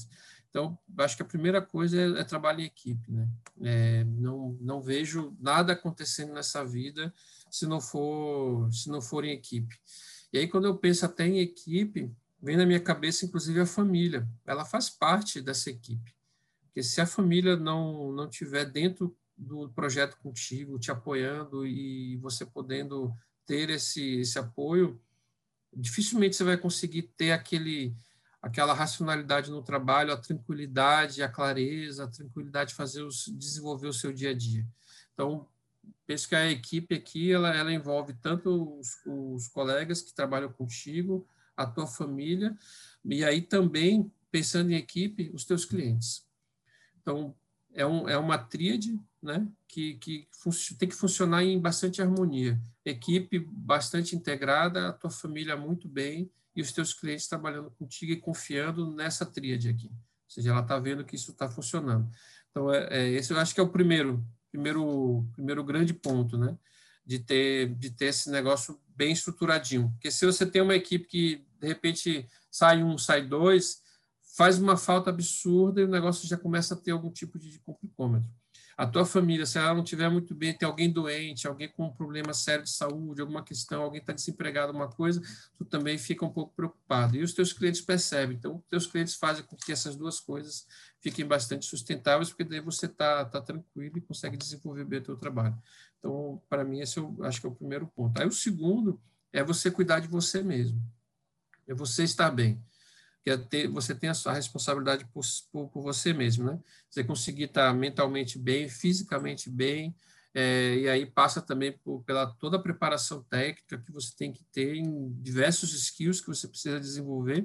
A: Então, acho que a primeira coisa é, é trabalho em equipe, né? É, não, não vejo nada acontecendo nessa vida se não for, se não for em equipe. E aí, quando eu penso até em equipe, vem na minha cabeça, inclusive, a família. Ela faz parte dessa equipe. Porque se a família não não tiver dentro do projeto contigo, te apoiando e você podendo ter esse, esse apoio, dificilmente você vai conseguir ter aquele, aquela racionalidade no trabalho, a tranquilidade, a clareza, a tranquilidade de fazer os, desenvolver o seu dia a dia. Então, penso que a equipe aqui, ela, ela envolve tanto os, os colegas que trabalham contigo, a tua família, e aí também, pensando em equipe, os teus clientes. Então, é, um, é uma tríade, né, que, que tem que funcionar em bastante harmonia. Equipe bastante integrada, a tua família muito bem e os teus clientes trabalhando contigo e confiando nessa tríade aqui. Ou seja, ela está vendo que isso está funcionando. Então, é, é, esse eu acho que é o primeiro, primeiro, primeiro grande ponto, né, de ter, de ter esse negócio bem estruturadinho. Porque se você tem uma equipe que, de repente, sai um, sai dois, faz uma falta absurda e o negócio já começa a ter algum tipo de complicômetro. A tua família, se ela não estiver muito bem, tem alguém doente, alguém com um problema sério de saúde, alguma questão, alguém está desempregado, alguma coisa, tu também fica um pouco preocupado. E os teus clientes percebem. Então, os teus clientes fazem com que essas duas coisas fiquem bastante sustentáveis, porque daí você está tá tranquilo e consegue desenvolver bem o teu trabalho. Então, para mim, esse eu acho que é o primeiro ponto. Aí o segundo é você cuidar de você mesmo. É você estar bem. Que é ter, você tem a sua responsabilidade por, por, por você mesmo, né? Você conseguir estar mentalmente bem, fisicamente bem, é, e aí passa também por, pela toda a preparação técnica que você tem que ter em diversos skills que você precisa desenvolver,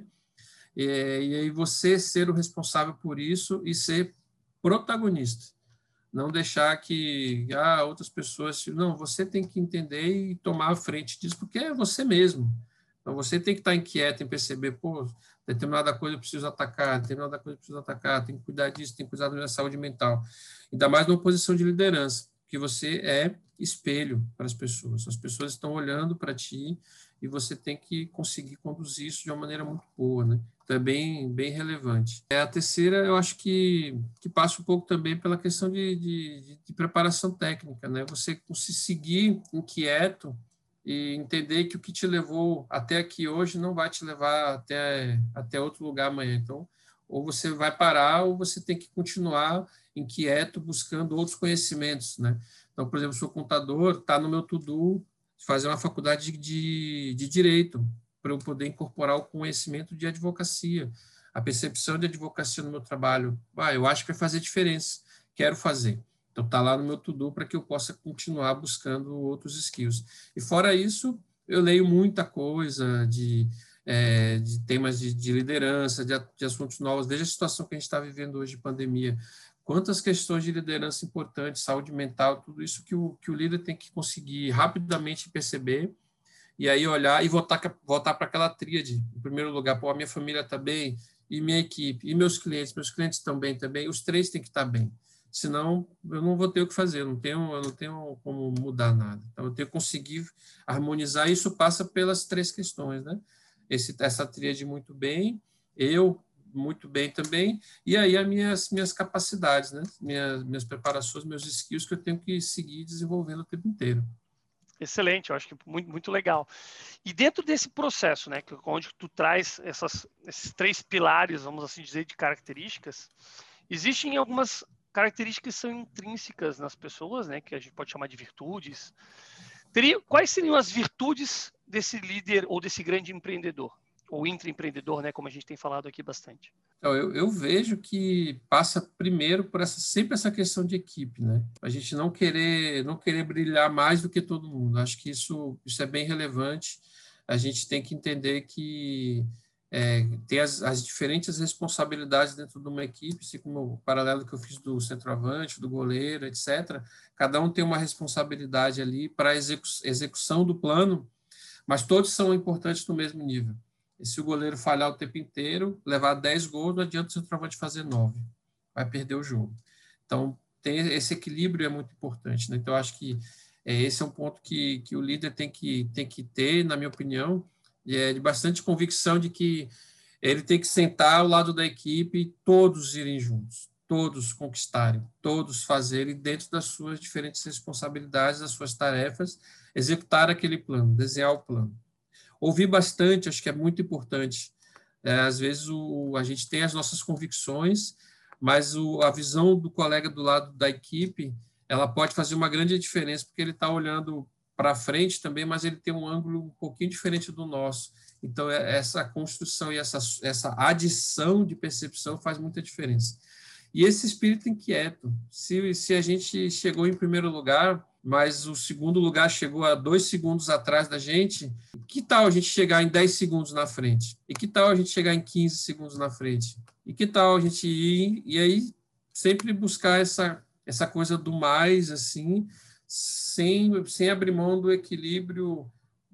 A: é, e aí você ser o responsável por isso e ser protagonista. Não deixar que ah, outras pessoas... Não, você tem que entender e tomar a frente disso, porque é você mesmo. Então, você tem que estar inquieto em perceber, pô, determinada coisa eu preciso atacar, determinada coisa eu preciso atacar, tem que cuidar disso, tem que cuidar da minha saúde mental. Ainda mais numa posição de liderança, que você é espelho para as pessoas. As pessoas estão olhando para ti e você tem que conseguir conduzir isso de uma maneira muito boa, né? Então, é bem, bem relevante. É, a terceira, eu acho que, que passa um pouco também pela questão de, de, de preparação técnica, né? Você se seguir inquieto e entender que o que te levou até aqui hoje não vai te levar até, até outro lugar amanhã. Então, ou você vai parar ou você tem que continuar inquieto, buscando outros conhecimentos, né? Então, por exemplo, sou contador, está no meu to-do fazer uma faculdade de, de, de Direito, para eu poder incorporar o conhecimento de advocacia, a percepção de advocacia no meu trabalho. Ah, eu acho que vai fazer diferença, quero fazer. Então, está lá no meu to-do para que eu possa continuar buscando outros skills. E fora isso, eu leio muita coisa de, é, de temas de, de liderança, de, de assuntos novos. Veja a situação que a gente está vivendo hoje de pandemia. Quantas questões de liderança importantes, saúde mental, tudo isso que o, que o líder tem que conseguir rapidamente perceber e aí olhar e voltar, voltar para aquela tríade. Em primeiro lugar, pô, a minha família está bem, e minha equipe, e meus clientes, meus clientes estão bem também, os três têm que estar bem. Senão, eu não vou ter o que fazer, eu não tenho, eu não tenho como mudar nada. Então, eu tenho que conseguir harmonizar, e isso passa pelas três questões, né? Esse, essa tríade muito bem, eu muito bem também, e aí as minhas, minhas capacidades, né? Minhas, minhas preparações, meus skills que eu tenho que seguir desenvolvendo o tempo inteiro.
B: Excelente, eu acho que muito, muito legal. E dentro desse processo, né, onde tu traz essas, esses três pilares, vamos assim dizer, de características, existem algumas características que são intrínsecas nas pessoas, né, que a gente pode chamar de virtudes. Teria, quais seriam as virtudes desse líder ou desse grande empreendedor? Ou intraempreendedor, né, como a gente tem falado aqui bastante.
A: Então, eu, eu vejo que passa primeiro por essa, sempre essa questão de equipe, né? A gente não querer, não querer brilhar mais do que todo mundo. Acho que isso, isso é bem relevante. A gente tem que entender que é, tem as, as diferentes responsabilidades dentro de uma equipe, assim como o paralelo que eu fiz do centroavante, do goleiro, etcétera. Cada um tem uma responsabilidade ali para a execu execução do plano, mas todos são importantes no mesmo nível. E se o goleiro falhar o tempo inteiro, levar dez gols, não adianta o centroavante fazer nove. Vai perder o jogo. Então, tem esse equilíbrio é muito importante, né? Então, acho que é, esse é um ponto que, que o líder tem que, tem que ter, na minha opinião, e é de bastante convicção de que ele tem que sentar ao lado da equipe e todos irem juntos, todos conquistarem, todos fazerem dentro das suas diferentes responsabilidades, das suas tarefas, executar aquele plano, desenhar o plano. Ouvir bastante, acho que é muito importante. É, às vezes o, a gente tem as nossas convicções, mas o, a visão do colega do lado da equipe, ela pode fazer uma grande diferença, porque ele está olhando para frente também, mas ele tem um ângulo um pouquinho diferente do nosso. Então, essa construção e essa, essa adição de percepção faz muita diferença. E esse espírito inquieto, se, se a gente chegou em primeiro lugar, mas o segundo lugar chegou a dois segundos atrás da gente, que tal a gente chegar em dez segundos na frente? E que tal a gente chegar em quinze segundos na frente? E que tal a gente ir, e aí sempre buscar essa, essa coisa do mais, assim, sem, sem abrir mão do equilíbrio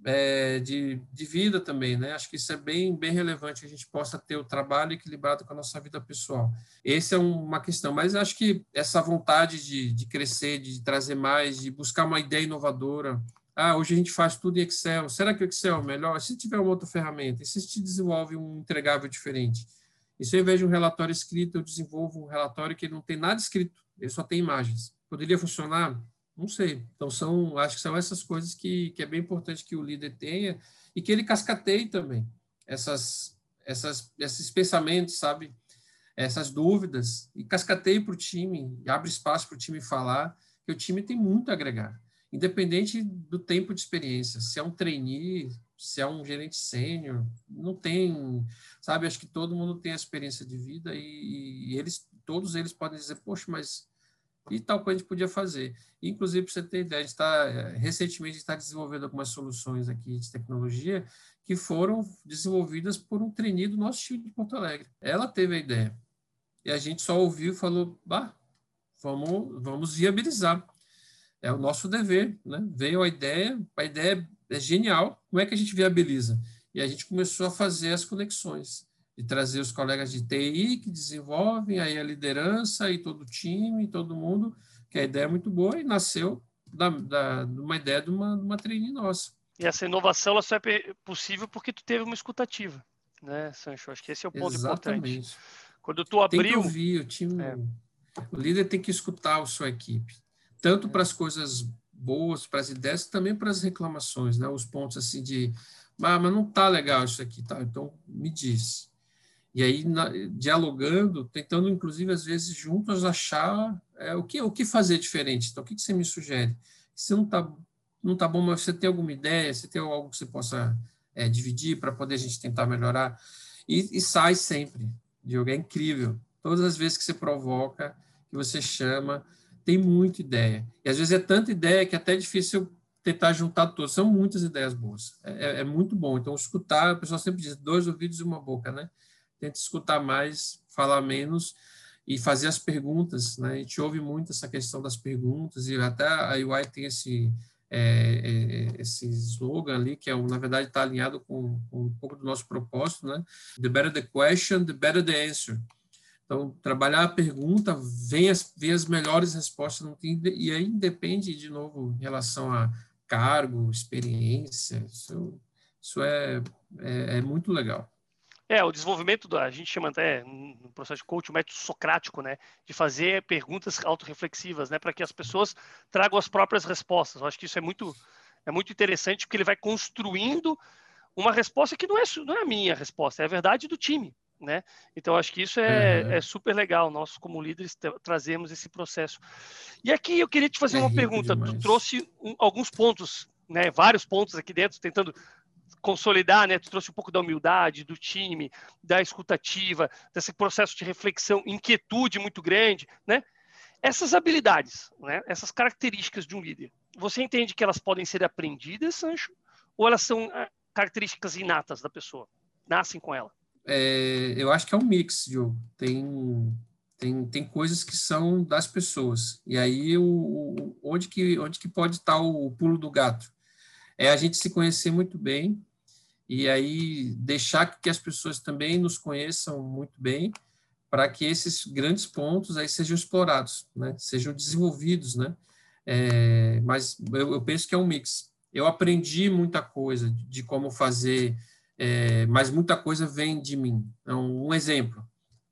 A: é, de, de vida também, né? Acho que isso é bem, bem relevante, que a gente possa ter o trabalho equilibrado com a nossa vida pessoal. Essa é uma questão, mas acho que essa vontade de, de crescer, de trazer mais, de buscar uma ideia inovadora. Ah, hoje a gente faz tudo em Excel. Será que o Excel é o melhor? Se tiver uma outra ferramenta, e se te desenvolve um entregável diferente? E se ao invés de um relatório escrito, eu desenvolvo um relatório que não tem nada escrito, ele só tem imagens. Poderia funcionar? Não sei. Então, são, acho que são essas coisas que, que é bem importante que o líder tenha e que ele cascateie também. Essas, essas, esses pensamentos, sabe? Essas dúvidas, e cascateie para o time, abre espaço para o time falar, que o time tem muito a agregar, independente do tempo de experiência. Se é um trainee, se é um gerente sênior, não tem, sabe? Acho que todo mundo tem a experiência de vida e, e eles, todos eles podem dizer, poxa, mas e tal coisa a gente podia fazer. Inclusive, para você ter ideia, a gente está, recentemente está desenvolvendo algumas soluções aqui de tecnologia que foram desenvolvidas por um trainee do nosso time de Porto Alegre. Ela teve a ideia. E a gente só ouviu e falou, bah, vamos, vamos viabilizar. É o nosso dever, né? Veio a ideia, a ideia é genial, como é que a gente viabiliza? E a gente começou a fazer as conexões, de trazer os colegas de T I que desenvolvem, aí a liderança e todo o time, todo mundo, que a ideia é muito boa e nasceu da, da, de uma ideia de uma, de uma trainee nossa.
B: E essa inovação ela só é possível porque tu teve uma escutativa, né, Sancho? Acho que esse é o ponto
A: Exatamente.
B: importante. Quando tu abriu...
A: Tem que ouvir, o time, é. O líder tem que escutar a sua equipe, tanto é. para as coisas boas, para as ideias, também para as reclamações, né? Os pontos assim de, ah, mas não está legal isso aqui, tá? Então me diz. E aí, na, dialogando, tentando, inclusive, às vezes, juntos achar é, o, que, o que fazer diferente. Então, o que, que você me sugere? Se não está não tá bom, mas você tem alguma ideia? Você tem algo que você possa é, dividir para poder a gente tentar melhorar? E, e sai sempre. Diogo, é incrível. Todas as vezes que você provoca, que você chama, tem muita ideia. E, às vezes, é tanta ideia que é até difícil tentar juntar todas. São muitas ideias boas. É, é muito bom. Então, escutar, o pessoal sempre diz, dois ouvidos e uma boca, né? Tenta escutar mais, falar menos e fazer as perguntas, né? A gente ouve muito essa questão das perguntas e até a U I tem esse, é, é, esse slogan ali, que é, na verdade está alinhado com, com um pouco do nosso propósito, né? The better the question, the better the answer. Então, trabalhar a pergunta, vem as, vem as melhores respostas, não tem, e aí depende, de novo, em relação a cargo, experiência, isso, isso é, é, é muito legal.
B: É, o desenvolvimento, da, a gente chama até no processo de coaching, o método socrático, né, de fazer perguntas autorreflexivas, né, para que as pessoas tragam as próprias respostas. Eu acho que isso é muito, é muito interessante, porque ele vai construindo uma resposta que não é, não é a minha resposta, é a verdade do time, né? Então, acho que isso é, uhum. é super legal, nós como líderes trazemos esse processo. E aqui eu queria te fazer é uma pergunta, demais. Tu trouxe um, alguns pontos, né, vários pontos aqui dentro, tentando consolidar, né? Tu trouxe um pouco da humildade, do time, da escutativa, desse processo de reflexão, inquietude muito grande, né? Essas habilidades, né? Essas características de um líder, você entende que elas podem ser aprendidas, Sancho, ou elas são características inatas da pessoa? Nascem com ela?
A: É, eu acho que é um mix, Diogo. Tem, tem, tem coisas que são das pessoas. E aí, o, o, onde, que, onde que pode estar o pulo do gato? É a gente se conhecer muito bem e aí deixar que as pessoas também nos conheçam muito bem para que esses grandes pontos aí sejam explorados, né? Sejam desenvolvidos, né? É, mas eu, eu penso que é um mix. Eu aprendi muita coisa de como fazer é, mas muita coisa vem de mim. Então, um exemplo,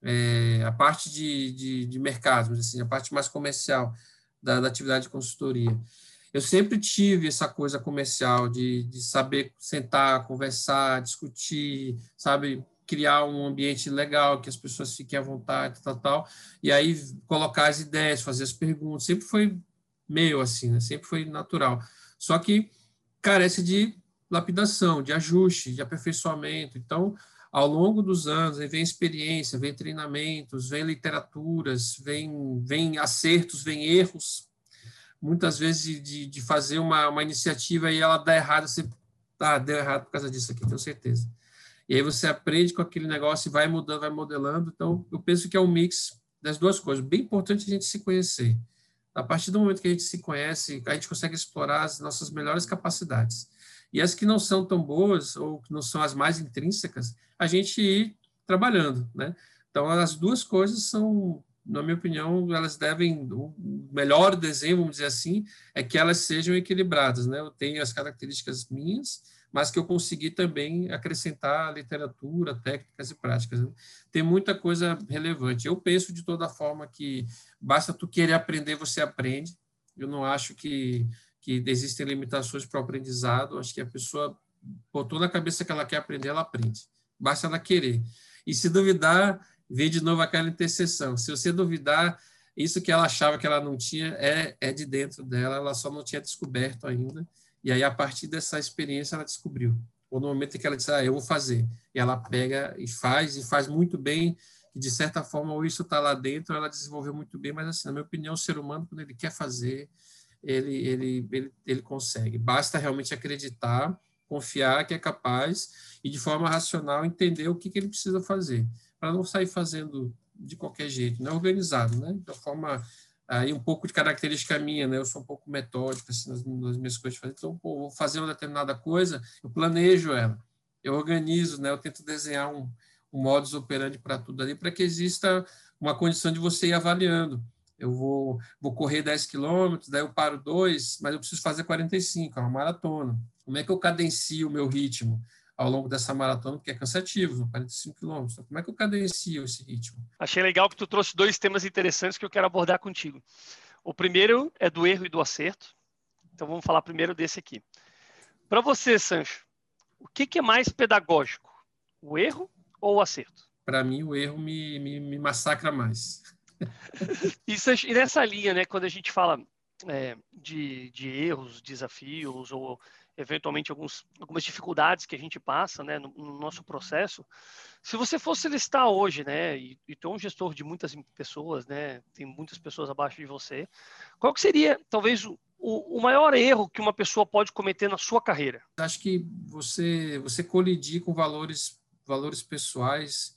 A: é, a parte de, de, de mercado, assim, a parte mais comercial da, da atividade de consultoria. Eu sempre tive essa coisa comercial de, de saber sentar, conversar, discutir, sabe, criar um ambiente legal, que as pessoas fiquem à vontade, tal, tal, e aí colocar as ideias, fazer as perguntas, sempre foi meio assim, né? Sempre foi natural. Só que carece de lapidação, de ajuste, de aperfeiçoamento. Então, ao longo dos anos, aí vem experiência, vem treinamentos, vem literaturas, vem, vem acertos, vem erros, muitas vezes de, de fazer uma, uma iniciativa e ela dá errado, você, ah, deu errado por causa disso aqui, tenho certeza. E aí você aprende com aquele negócio e vai mudando, vai modelando. Então, eu penso que é um mix das duas coisas. Bem importante a gente se conhecer. A partir do momento que a gente se conhece, a gente consegue explorar as nossas melhores capacidades. E as que não são tão boas, ou que não são as mais intrínsecas, a gente ir trabalhando, né? Então, as duas coisas são, na minha opinião, elas devem, o melhor desenho, vamos dizer assim, é que elas sejam equilibradas, né? Eu tenho as características minhas, mas que eu consegui também acrescentar literatura, técnicas e práticas, né? Tem muita coisa relevante. Eu penso de toda forma que basta tu querer aprender, você aprende. Eu não acho que, que existem limitações para o aprendizado. Acho que a pessoa botou na cabeça que ela quer aprender, ela aprende. Basta ela querer. E se duvidar, vê de novo aquela interseção. Se você duvidar, isso que ela achava que ela não tinha é, é de dentro dela, ela só não tinha descoberto ainda. E aí, a partir dessa experiência, ela descobriu. Ou no momento em que ela diz, ah, eu vou fazer. E ela pega e faz, e faz muito bem. E, de certa forma, ou isso está lá dentro, ela desenvolveu muito bem. Mas, assim, na minha opinião, o ser humano, quando ele quer fazer, ele, ele, ele, ele consegue. Basta realmente acreditar, confiar que é capaz e, de forma racional, entender o que, que ele precisa fazer. Para não sair fazendo de qualquer jeito, né? Organizado, né? Da forma... Aí um pouco de característica minha, né? Eu sou um pouco metódico assim, nas, nas minhas coisas de fazer. Então, pô, vou fazer uma determinada coisa, eu planejo ela, eu organizo, né? Eu tento desenhar um, um modus operandi para tudo ali, para que exista uma condição de você ir avaliando. Eu vou, vou correr dez quilômetros, daí eu paro dois, mas eu preciso fazer quarenta e cinco, é uma maratona. Como é que eu cadencio o meu ritmo ao longo dessa maratona, porque é cansativo, quarenta e cinco quilômetros. Então, como é que eu cadencio esse ritmo?
B: Achei legal que tu trouxe dois temas interessantes que eu quero abordar contigo. O primeiro é do erro e do acerto. Então vamos falar primeiro desse aqui. Para você, Sancho, o que, que é mais pedagógico? O erro ou o acerto?
A: Para mim, o erro me, me, me massacra mais.
B: E, Sancho, e nessa linha, né, quando a gente fala é, de, de erros, desafios ou eventualmente alguns, algumas dificuldades que a gente passa, né, no, no nosso processo, se você fosse listar hoje, né, e, e tu é um gestor de muitas pessoas, né, tem muitas pessoas abaixo de você, qual que seria, talvez, o, o maior erro que uma pessoa pode cometer na sua carreira?
A: Acho que você, você colidir com valores, valores pessoais,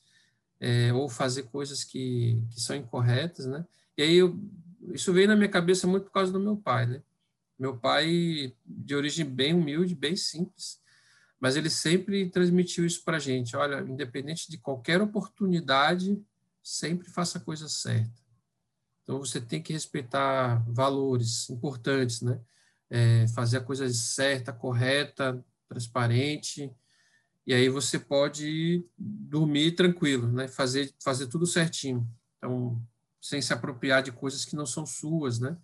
A: é, ou fazer coisas que, que são incorretas, né? E aí eu, isso veio na minha cabeça muito por causa do meu pai, né? Meu pai, de origem bem humilde, bem simples, mas ele sempre transmitiu isso para a gente. Olha, independente de qualquer oportunidade, sempre faça a coisa certa. Então, você tem que respeitar valores importantes, né? É, fazer a coisa certa, correta, transparente, e aí você pode dormir tranquilo, né? Fazer, fazer tudo certinho. Então, sem se apropriar de coisas que não são suas, né?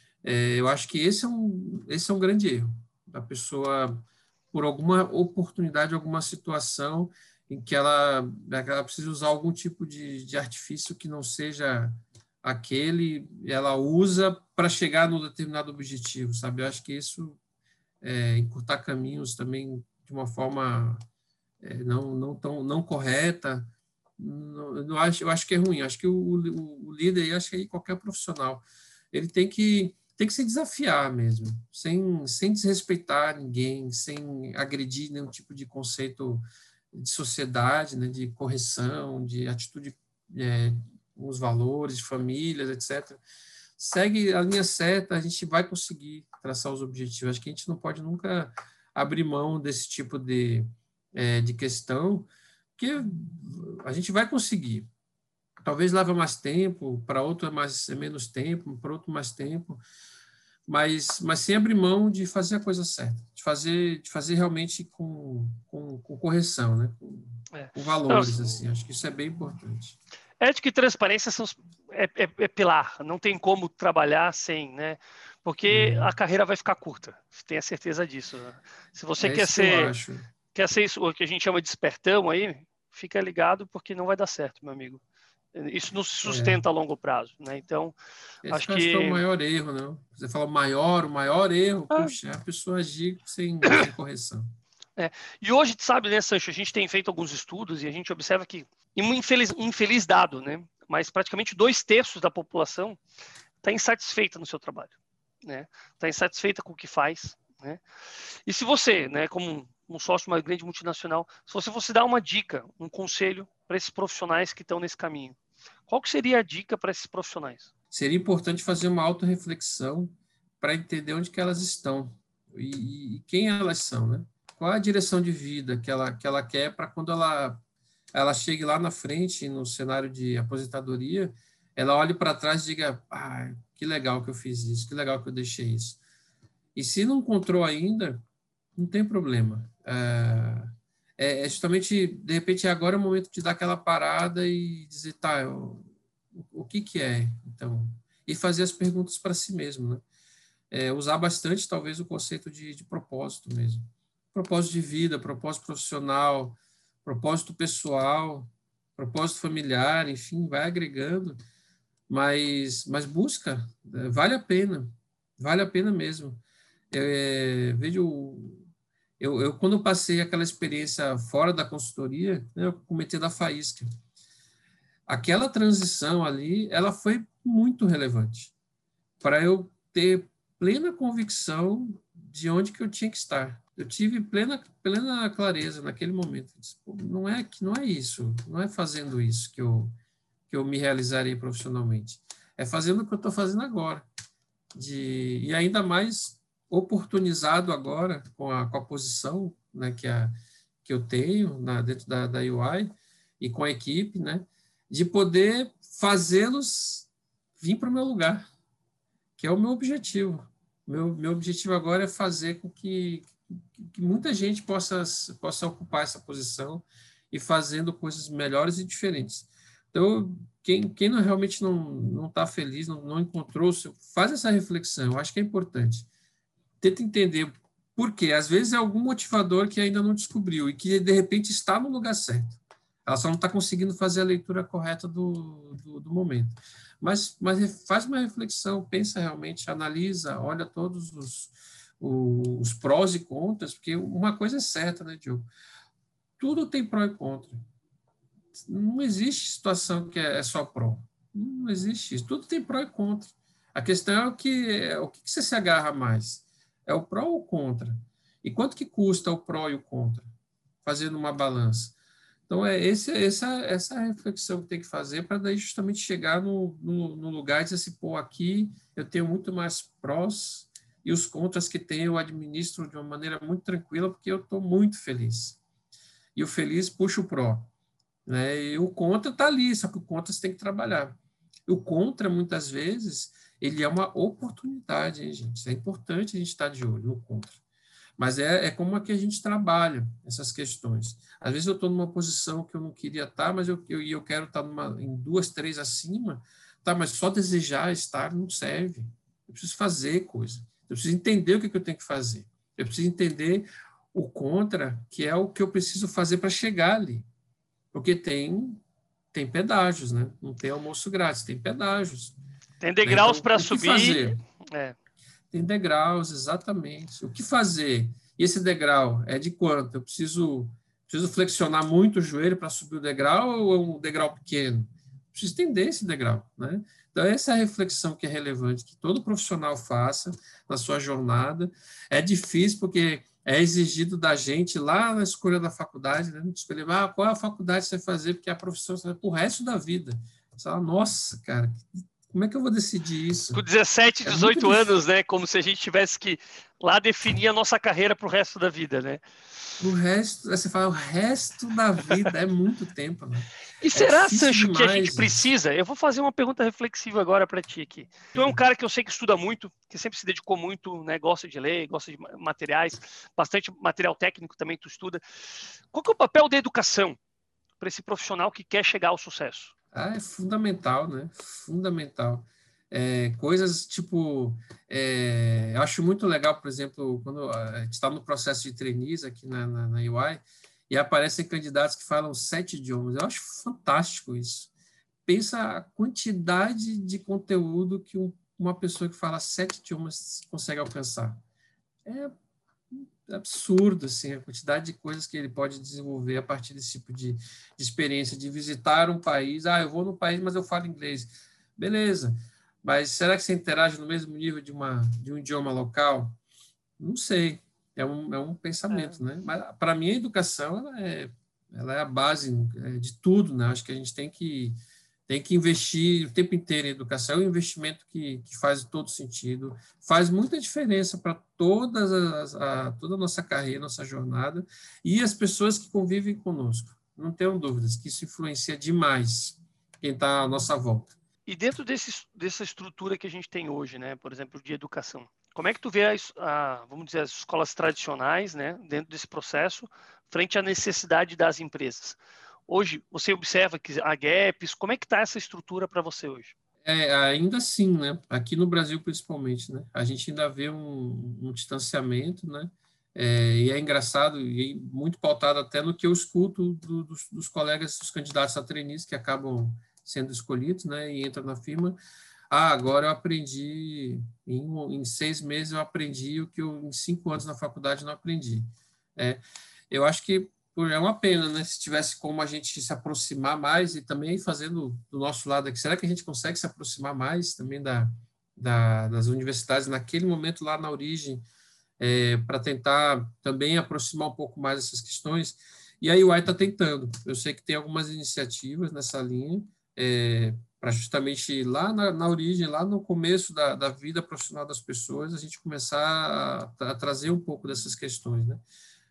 A: É, eu acho que esse é um, esse é um grande erro. A pessoa, por alguma oportunidade, alguma situação em que ela, ela precisa usar algum tipo de, de artifício que não seja aquele, ela usa para chegar no determinado objetivo, sabe? Eu acho que isso é encurtar caminhos também de uma forma é, não, não, tão, não correta, não, não acho, eu acho que é ruim. Acho que o, o, o líder, e acho que aí qualquer profissional, ele tem que, tem que se desafiar mesmo, sem, sem desrespeitar ninguém, sem agredir nenhum tipo de conceito de sociedade, né, de correção, de atitude é, com os valores, de famílias, etcétera. Segue a linha certa, a gente vai conseguir traçar os objetivos. Acho que a gente não pode nunca abrir mão desse tipo de, é, de questão, porque a gente vai conseguir. Talvez leve mais tempo, para outro é, mais, é menos tempo, para outro mais tempo, mas, mas sem abrir mão de fazer a coisa certa, de fazer, de fazer realmente com, com, com correção, né? Com,
B: É.
A: com valores, assim. Acho que isso é bem importante.
B: Ética e transparência são, é, é, é pilar, não tem como trabalhar sem, né? Porque
A: É.
B: a carreira vai ficar curta, tenha certeza disso. Né? Se você
A: É
B: quer
A: isso que eu
B: ser,
A: acho.
B: quer ser isso, o que a gente chama de espertão aí, fica ligado porque não vai dar certo, meu amigo. Isso não se
A: É.
B: sustenta a longo prazo, né? Então,
A: Esse
B: acho
A: que eu acho que é o
B: que...
A: maior erro, não? Você fala o maior, o maior erro,
B: Ah,
A: puxa, é a pessoa agir sem, sem correção.
B: é. E hoje, tu sabe, né, Sancho, a gente tem feito alguns estudos e a gente observa que, e um infeliz, um infeliz dado, né? Mas praticamente dois terços da população está insatisfeita no seu trabalho, né? Está insatisfeita com o que faz, né? E se você, né, como um sócio de uma grande multinacional, se você fosse dar uma dica, um conselho para esses profissionais que estão nesse caminho, qual que seria a dica para esses profissionais?
A: Seria importante fazer uma autorreflexão para entender onde que elas estão e, e quem elas são, né? Qual a direção de vida que ela, que ela quer para quando ela, ela chegue lá na frente, no cenário de aposentadoria, ela olhe para trás e diga, ah, que legal que eu fiz isso, que legal que eu deixei isso. E se não encontrou ainda, não tem problema. É, é justamente, de repente, agora é o momento de dar aquela parada e dizer, tá, eu, o que que é, então? E fazer as perguntas para si mesmo, né? É, usar bastante, talvez, o conceito de, de propósito mesmo. Propósito de vida, propósito profissional, propósito pessoal, propósito familiar, enfim, vai agregando, mas, mas busca, vale a pena, vale a pena mesmo. É, vejo, eu, eu, quando eu passei aquela experiência fora da consultoria, né, eu comentei da Faísca, aquela transição ali, ela foi muito relevante para eu ter plena convicção de onde que eu tinha que estar. Eu tive plena, plena clareza naquele momento. Disse, não é que não é isso, não é fazendo isso que eu que eu me realizarei profissionalmente. É fazendo o que eu estou fazendo agora. De, e ainda mais oportunizado agora com a, com a posição, né, que, a, que eu tenho na, dentro da, da U I e com a equipe, né, de poder fazê-los vir para o meu lugar, que é o meu objetivo. Meu, meu objetivo agora é fazer com que, que muita gente possa, possa ocupar essa posição e fazendo coisas melhores e diferentes. Então, quem, quem não, realmente não está feliz, não, não encontrou, faz essa reflexão, eu acho que é importante. Tenta entender por quê. Às vezes é algum motivador que ainda não descobriu e que, de repente, está no lugar certo. Ela só não está conseguindo fazer a leitura correta do, do, do momento. Mas, mas faz uma reflexão, pensa realmente, analisa, olha todos os, os, os prós e contras, porque uma coisa é certa, né, Diogo? Tudo tem pró e contra. Não existe situação que é só pró. Não existe isso. Tudo tem pró e contra. A questão é o que, é o que você se agarra mais. É o pró ou o contra? E quanto que custa o pró e o contra? Fazendo uma balança. Então, é esse, essa, essa reflexão que tem que fazer para daí justamente chegar no, no, no lugar e dizer assim, pô, aqui eu tenho muito mais prós e os contras que tenho eu administro de uma maneira muito tranquila porque eu estou muito feliz. E o feliz puxa o pró. Né? E o contra está ali, só que o contra você tem que trabalhar. E o contra, muitas vezes, ele é uma oportunidade, hein, gente? É importante a gente estar de olho no contra. Mas é, é como é que a gente trabalha essas questões. Às vezes eu estou numa posição que eu não queria estar, mas eu, eu, eu quero estar numa, em duas, três acima, tá, mas só desejar estar não serve. Eu preciso fazer coisa. Eu preciso entender o que, que eu tenho que fazer. Eu preciso entender o contra, que é o que eu preciso fazer para chegar ali. Porque tem, tem pedágios, né? Não tem almoço grátis, tem pedágios.
B: Tem
A: Né?
B: degraus
A: Então,
B: para
A: o que
B: subir.
A: fazer?
B: É.
A: Tem degraus, exatamente. O que fazer? E esse degrau é de quanto? Eu preciso, preciso flexionar muito o joelho para subir o degrau ou é um degrau pequeno? Preciso entender esse degrau, né? Então, essa é a reflexão que é relevante, que todo profissional faça na sua jornada. É difícil porque é exigido da gente lá na escolha da faculdade, né? Escolher, ah, qual é a faculdade que você vai fazer, porque é a profissão você vai para o resto da vida. Você fala, nossa, cara, Como é que eu vou decidir isso?
B: Com dezessete, dezoito é anos, né? Como se a gente tivesse que lá definir a nossa carreira para o resto da vida, né?
A: O resto, você fala, o resto da vida é muito tempo, né?
B: E
A: é
B: será, Sancho,
A: demais,
B: que a gente precisa? Eu vou fazer uma pergunta reflexiva agora para ti aqui. Tu é um cara que eu sei que estuda muito, que sempre se dedicou muito, né? Gosta de ler, gosta de materiais, bastante material técnico também tu estuda. Qual que é o papel da educação para esse profissional que quer chegar ao sucesso?
A: Ah, é fundamental, né? Fundamental. É, coisas tipo, é, eu acho muito legal, por exemplo, quando a gente está no processo de trainees aqui na, na, na U I e aparecem candidatos que falam sete idiomas. Eu acho fantástico isso. Pensa a quantidade de conteúdo que um, uma pessoa que fala sete idiomas consegue alcançar. É absurdo, assim, a quantidade de coisas que ele pode desenvolver a partir desse tipo de, de experiência, de visitar um país. Ah, eu vou no país, mas eu falo inglês. Beleza. Mas será que você interage no mesmo nível de, uma, de um idioma local? Não sei. É um, é um pensamento, é. né? Mas, para mim, a educação ela é, ela é a base de tudo, né? Acho que a gente tem que, tem que investir o tempo inteiro em educação. É um investimento que, que faz todo sentido, faz muita diferença para todas as, a, toda a nossa carreira, nossa jornada, e as pessoas que convivem conosco. Não tenham dúvidas que isso influencia demais quem está à nossa volta.
B: E dentro desse, dessa estrutura que a gente tem hoje, né, por exemplo, de educação, como é que tu vê, a, a, vamos dizer, as escolas tradicionais, né, dentro desse processo, frente à necessidade das empresas? Hoje, você observa que há gaps, como é que está essa estrutura para você hoje?
A: É, ainda assim, né, aqui no Brasil principalmente, né, a gente ainda vê um, um distanciamento, né, é, e é engraçado e muito pautado até no que eu escuto do, dos, dos colegas, dos candidatos a trainees que acabam sendo escolhidos, né, e entra na firma. Ah, agora eu aprendi, em, em seis meses eu aprendi o que eu em cinco anos na faculdade não aprendi. É, eu acho que é uma pena, né, se tivesse como a gente se aproximar mais e também fazendo do nosso lado aqui, será que a gente consegue se aproximar mais também da, da, das universidades naquele momento lá na origem, é, para tentar também aproximar um pouco mais essas questões? E a U I está tentando. Eu sei que tem algumas iniciativas nessa linha, É, para justamente lá na, na origem, lá no começo da, da vida profissional das pessoas, a gente começar a, a trazer um pouco dessas questões, né?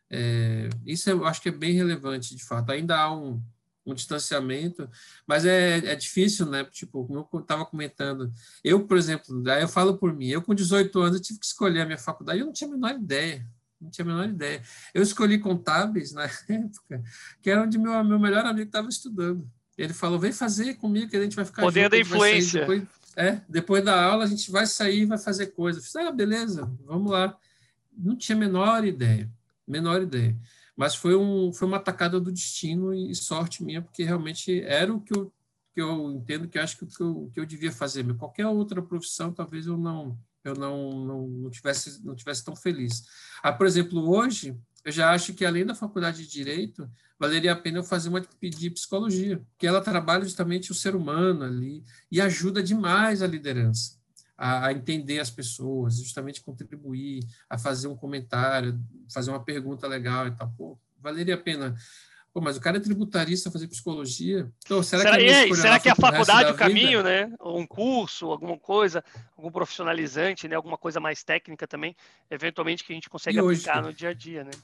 A: É, isso eu acho que é bem relevante, de fato. Ainda há um, um distanciamento, mas é, é difícil, né? Tipo, como eu estava comentando, eu, por exemplo, aí eu falo por mim, eu com dezoito anos eu tive que escolher a minha faculdade, eu não tinha a menor ideia, não tinha a menor ideia. Eu escolhi contábeis na época, que era onde meu, meu melhor amigo estava estudando. Ele falou, vem fazer comigo que a gente vai ficar
B: Poder
A: junto.
B: da influência.
A: Depois, é, depois da aula a gente vai sair e vai fazer coisa. Eu fiz, ah, beleza, vamos lá. Não tinha a menor ideia, menor ideia. Mas foi, um, foi uma atacada do destino e sorte minha, porque realmente era o que eu, que eu entendo que eu acho que, que, eu, que eu devia fazer. Mas qualquer outra profissão, talvez eu não, eu não, não, não, tivesse, não tivesse tão feliz. Ah, por exemplo, hoje, eu já acho que além da faculdade de Direito, valeria a pena eu fazer uma de psicologia, porque ela trabalha justamente o ser humano ali e ajuda demais a liderança a, a entender as pessoas, justamente contribuir, a fazer um comentário, fazer uma pergunta legal e tal. Pô, valeria a pena. Pô, mas o cara é tributarista fazer psicologia? Então, será,
B: será
A: que, a,
B: é, será que a faculdade o caminho,
A: vida?
B: né? Ou um curso, alguma coisa, algum profissionalizante, né? Alguma coisa mais técnica também, eventualmente que a gente consegue aplicar no dia a dia, né?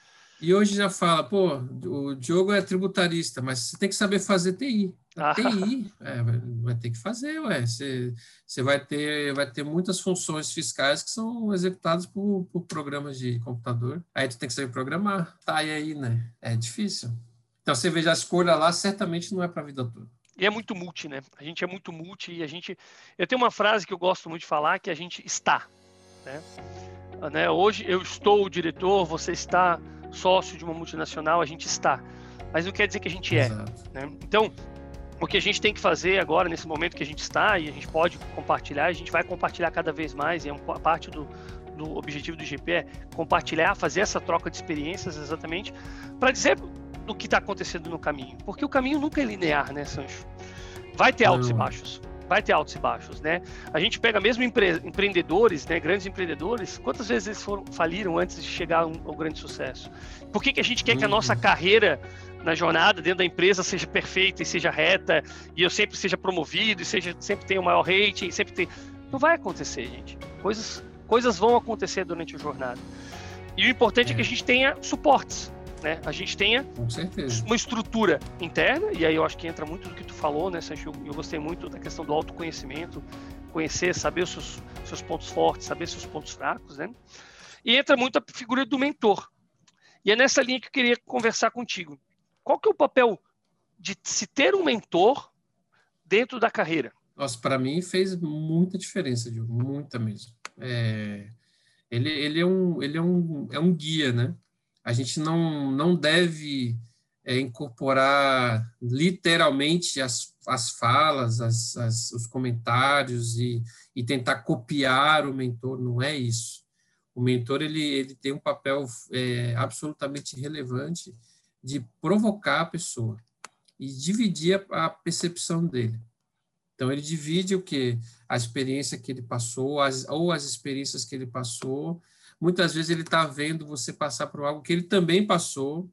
A: E hoje já fala, pô, o Diogo é tributarista, mas você tem que saber fazer T I. A T I, é, vai ter que fazer, ué. Você, você vai ter, vai ter muitas funções fiscais que são executadas por, por programas de computador. Aí tu tem que saber programar. Tá, e aí, né? É difícil. Então, você veja, a escolha lá certamente não é para a vida toda.
B: E é muito multi, né? A gente é muito multi e a gente... Eu tenho uma frase que eu gosto muito de falar, que a gente está, né? né? Hoje eu estou o diretor, você está... sócio de uma multinacional, a gente está. Mas não quer dizer que a gente é. Né? Então, o que a gente tem que fazer agora, nesse momento que a gente está, e a gente pode compartilhar, a gente vai compartilhar cada vez mais, e é uma parte do, do objetivo do I G P é compartilhar, fazer essa troca de experiências exatamente, para dizer do que está acontecendo no caminho. Porque o caminho nunca é linear, né, Sancho? Vai ter altos não. e baixos. Vai ter altos e baixos, né? A gente pega mesmo empre empreendedores, né? Grandes empreendedores, quantas vezes eles foram, faliram antes de chegar ao, ao grande sucesso? Por que que a gente quer que a nossa carreira na jornada, dentro da empresa, seja perfeita e seja reta, e eu sempre seja promovido, e seja, sempre tenha o maior rating, sempre tem... Não vai acontecer, gente. Coisas, coisas vão acontecer durante a jornada. E o importante é, é que a gente tenha suportes, né? A gente tenha
A: Com certeza.
B: uma estrutura interna, e aí eu acho que entra muito do que tu falou, né, Sancho? Eu, eu gostei muito da questão do autoconhecimento, conhecer, saber os seus, seus pontos fortes, saber seus pontos fracos, né? E entra muito a figura do mentor. E é nessa linha que eu queria conversar contigo. Qual que é o papel de se ter um mentor dentro da carreira?
A: Nossa, para mim fez muita diferença, Diogo, muita mesmo. É, ele, ele, é um, ele é, um, é um guia, né? A gente não, não deve é, incorporar literalmente as, as falas, as, as, os comentários e, e tentar copiar o mentor, não é isso. O mentor ele, ele tem um papel é, absolutamente relevante de provocar a pessoa e dividir a, a percepção dele. Então, ele divide o quê? A experiência que ele passou, as, ou as experiências que ele passou. Muitas vezes ele está vendo você passar por algo que ele também passou,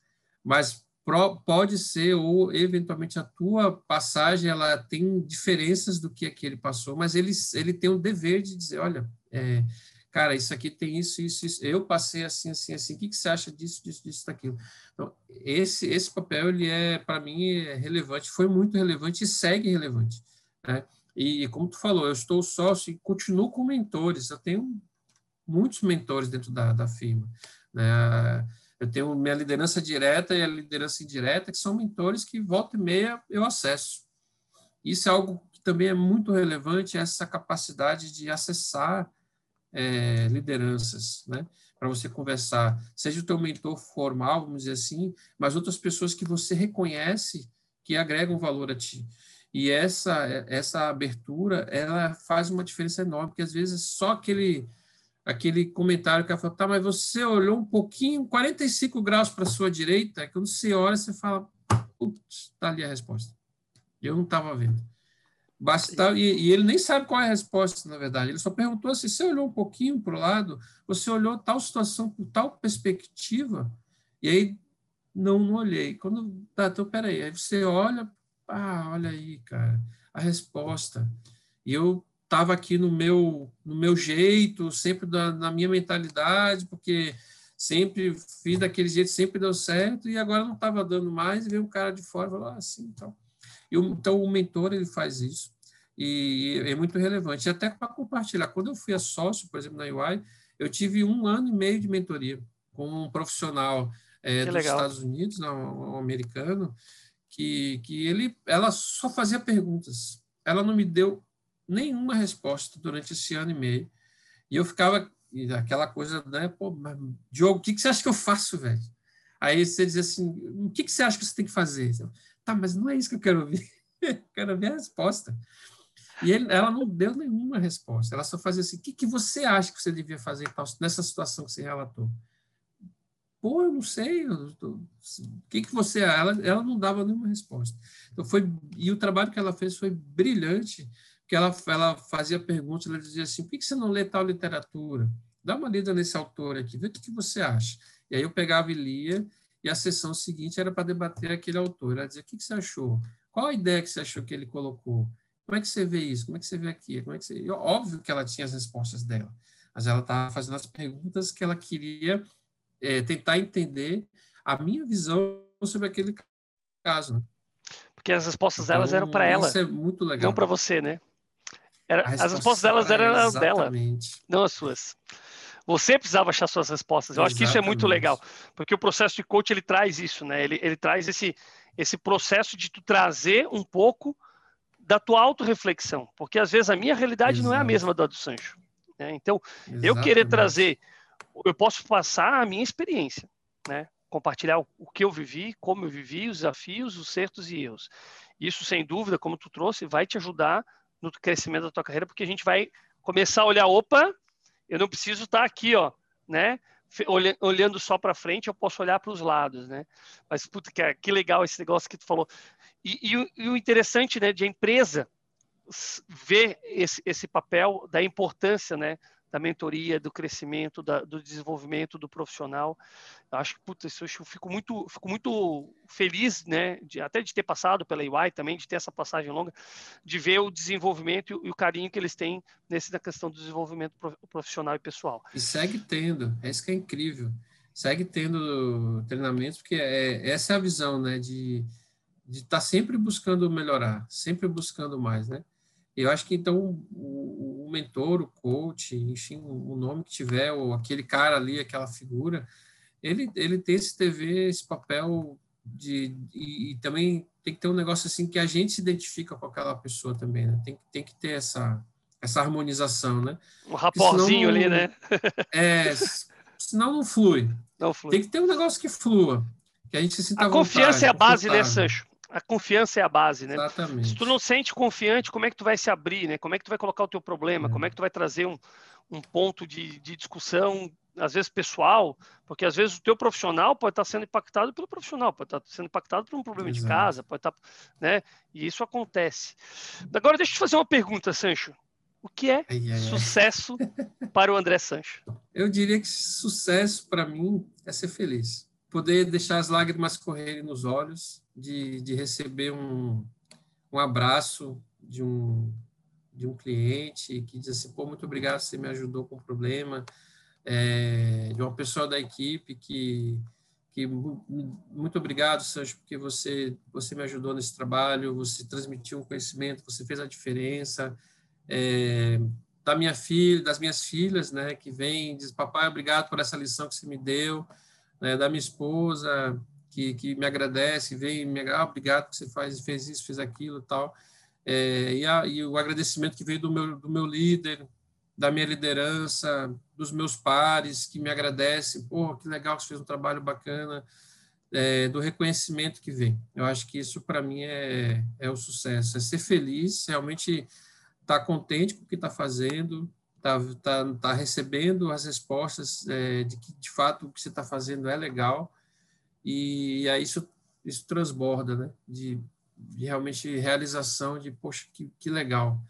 A: mas pro, pode ser, ou eventualmente a tua passagem ela tem diferenças do que aquele passou, mas ele, ele tem o dever de dizer, olha, é, cara, isso aqui tem isso, isso, isso, eu passei assim, assim, assim, o que, que você acha disso, disso, disso, daquilo? Então, esse, esse papel, ele é, para mim, é relevante, foi muito relevante e segue relevante, né? E, e como tu falou, eu estou sócio e continuo com mentores, eu tenho muitos mentores dentro da, da firma, né? Eu tenho minha liderança direta e a liderança indireta, que são mentores que, volta e meia, eu acesso. Isso é algo que também é muito relevante, essa capacidade de acessar é, lideranças, né? Para você conversar, seja o teu mentor formal, vamos dizer assim, mas outras pessoas que você reconhece que agregam valor a ti. E essa, essa abertura, ela faz uma diferença enorme, porque às vezes só aquele, aquele comentário que ela fala, tá, mas você olhou um pouquinho, quarenta e cinco graus para a sua direita, quando você olha, você fala, putz, está ali a resposta. Eu não estava vendo. Basta, e, e ele nem sabe qual é a resposta, na verdade. Ele só perguntou assim, você olhou um pouquinho para o lado, você olhou tal situação com tal perspectiva, e aí, não, não olhei. Quando, tá, então, peraí, aí você olha, ah, olha aí, cara, a resposta. E eu estava aqui no meu, no meu jeito, sempre da, na minha mentalidade, porque sempre fiz daquele jeito, sempre deu certo, e agora não estava dando mais, e veio um cara de fora e falou assim, então... E, então, o mentor ele faz isso, e é muito relevante. E até para compartilhar, quando eu fui a sócio, por exemplo, na U I, eu tive um ano e meio de mentoria com um profissional é, dos
B: legal.
A: Estados Unidos, não, um americano, que, que ele, ela só fazia perguntas. Ela não me deu nenhuma resposta durante esse ano e meio. E eu ficava, aquela coisa, né? Pô, mas, Diogo, o que, que você acha que eu faço, velho? Aí você diz assim, o que, que você acha que você tem que fazer? Tá, mas não é isso que eu quero ouvir. Eu quero ouvir a resposta. E ele, ela não deu nenhuma resposta. Ela só fazia assim, o que, que você acha que você devia fazer nessa situação que você relatou? Pô, eu não sei. Eu tô, o que, que você... Ela, ela não dava nenhuma resposta. Então foi, e o trabalho que ela fez foi brilhante, porque ela, ela fazia perguntas, ela dizia assim, por que, que você não lê tal literatura? Dá uma lida nesse autor aqui, vê o que, que você acha. E aí eu pegava e lia, e a sessão seguinte era para debater aquele autor. Ela dizia, o que, que você achou? Qual a ideia que você achou que ele colocou? Como é que você vê isso? Como é que você vê aquilo? Como é que você... E, óbvio que ela tinha as respostas dela, mas ela estava fazendo as perguntas que ela queria é, tentar entender a minha visão sobre aquele caso. Né?
B: Porque as respostas
A: Então,
B: delas eram para ela,
A: isso é muito legal.
B: não para você, né? Era,
A: Resposta,
B: as respostas delas eram
A: é,
B: dela, não as suas. Você precisava achar suas respostas. Eu
A: Exatamente.
B: acho que isso é muito legal, porque o processo de coach ele traz isso, né? Ele, ele traz esse, esse processo de tu trazer um pouco da tua autorreflexão, porque às vezes a minha realidade Exato. Não é a mesma da do Sancho. Né? Então, Exatamente. Eu querer trazer, eu posso passar a minha experiência, né? Compartilhar o, o que eu vivi, como eu vivi, os desafios, os acertos e erros. Isso, sem dúvida, como tu trouxe, vai te ajudar no crescimento da tua carreira, porque a gente vai começar a olhar, opa, eu não preciso estar aqui, ó, né? Olhando só para frente, eu posso olhar para os lados, né? Mas, puta, que, que legal esse negócio que tu falou. E, e, e o interessante, né, de a empresa ver esse, esse papel da importância, né, da mentoria, do crescimento, da, do desenvolvimento do profissional. Eu acho que, puta, isso, eu fico muito, fico muito feliz, né, de, até de ter passado pela E Y também, de ter essa passagem longa, de ver o desenvolvimento e o, e o carinho que eles têm nesse, na questão do desenvolvimento profissional e pessoal.
A: E segue tendo, é isso que é incrível. Segue tendo treinamentos, porque é, essa é a visão, né, de de estar sempre buscando melhorar, sempre buscando mais, né? Eu acho que, então, o, o mentor, o coach, enfim, o nome que tiver, ou aquele cara ali, aquela figura, ele, ele tem esse T V, esse papel de... E, e também tem que ter um negócio assim que a gente se identifica com aquela pessoa também, né? Tem, tem que ter essa, essa harmonização, né?
B: Um
A: Porque senão
B: raporzinho ali,
A: não...
B: né?
A: É, senão não flui.
B: Não flui.
A: Tem que ter um negócio que flua, que a gente se sinta
B: A
A: à
B: confiança é
A: vontade,
B: a base, né,
A: confortável.
B: Sancho? A confiança é a base, né? Se tu
A: Exatamente.
B: não sente confiante, como é que tu vai se abrir, né? Como é que tu vai colocar o teu problema? Como é que
A: É.
B: tu vai trazer um, um ponto de, de discussão, às vezes pessoal? Porque às vezes o teu profissional pode estar sendo impactado pelo profissional, pode estar sendo impactado por um problema de
A: Exato.
B: casa, pode estar, né? E isso acontece. Agora deixa eu te fazer uma pergunta, Sancho. O que é
A: Ai, ai, ai.
B: sucesso para o André Sancho?
A: Eu diria que sucesso para mim é ser feliz. Poder deixar as lágrimas correrem nos olhos, de, de receber um, um abraço de um, de um cliente que diz assim, pô, muito obrigado, você me ajudou com o problema. É, de uma pessoa da equipe que, que muito obrigado, Sancho, porque você, você me ajudou nesse trabalho, você transmitiu um conhecimento, você fez a diferença. É, da minha filha, das minhas filhas, né, que vem, diz, papai, obrigado por essa lição que você me deu, né, da minha esposa, que, que me agradece, vem, me ah, obrigado que você faz, fez isso, fez aquilo, tal, é, e, a, e o agradecimento que veio do meu, do meu líder, da minha liderança, dos meus pares, que me agradecem, pô, que legal que você fez um trabalho bacana, é, do reconhecimento que vem. Eu acho que isso, para mim, é, é o sucesso, é ser feliz, realmente está contente com o que está fazendo, está tá, tá recebendo as respostas é, de que, de fato, o que você está fazendo é legal, e aí isso, isso transborda, né? De, de realmente realização de, poxa, que, que legal.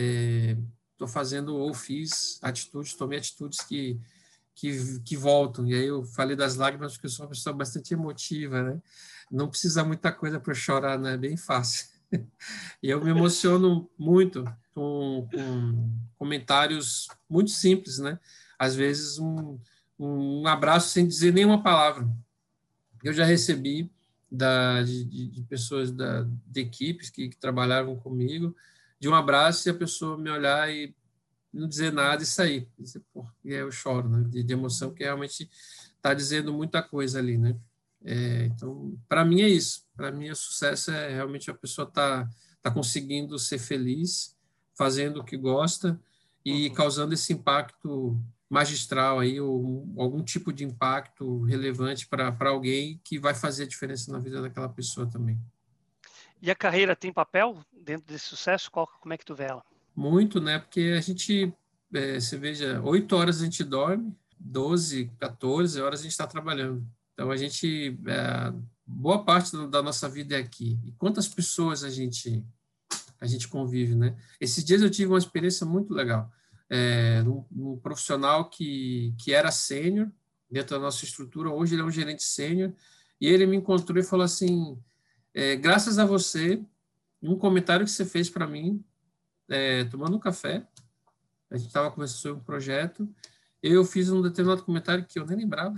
A: Estou é, fazendo ou fiz atitudes, tomei atitudes que, que, que voltam. E aí eu falei das lágrimas porque eu sou uma pessoa bastante emotiva, né? Não precisa muita coisa para eu chorar, né? É bem fácil. E eu me emociono muito com, com comentários muito simples, né? Às vezes um, um abraço sem dizer nenhuma palavra. Eu já recebi da, de, de pessoas da, de equipes que, que trabalhavam comigo, de um abraço e a pessoa me olhar e não dizer nada e sair. E, dizer, pô, e aí eu choro, né? De, de emoção, que realmente está dizendo muita coisa ali, né? É, então, para mim é isso. Para mim, o sucesso é realmente a pessoa estar tá, tá conseguindo ser feliz, fazendo o que gosta e
B: Uhum.
A: causando esse impacto magistral aí, ou algum tipo de impacto relevante para alguém que vai fazer a diferença na vida daquela pessoa também.
B: E a carreira tem papel dentro desse sucesso? Qual, como é que tu vê ela?
A: Muito, né? Porque a gente, é, você veja, oito horas a gente dorme, doze, quatorze horas a gente está trabalhando. Então, a gente, é, boa parte da nossa vida é aqui. E quantas pessoas a gente, a gente convive, né? Esses dias eu tive uma experiência muito legal. É, um, um profissional que, que era sênior dentro da nossa estrutura, hoje ele é um gerente sênior, e ele me encontrou e falou assim, é, graças a você, um comentário que você fez para mim, é, tomando um café, a gente estava conversando sobre um projeto, eu fiz um determinado comentário que eu nem lembrava,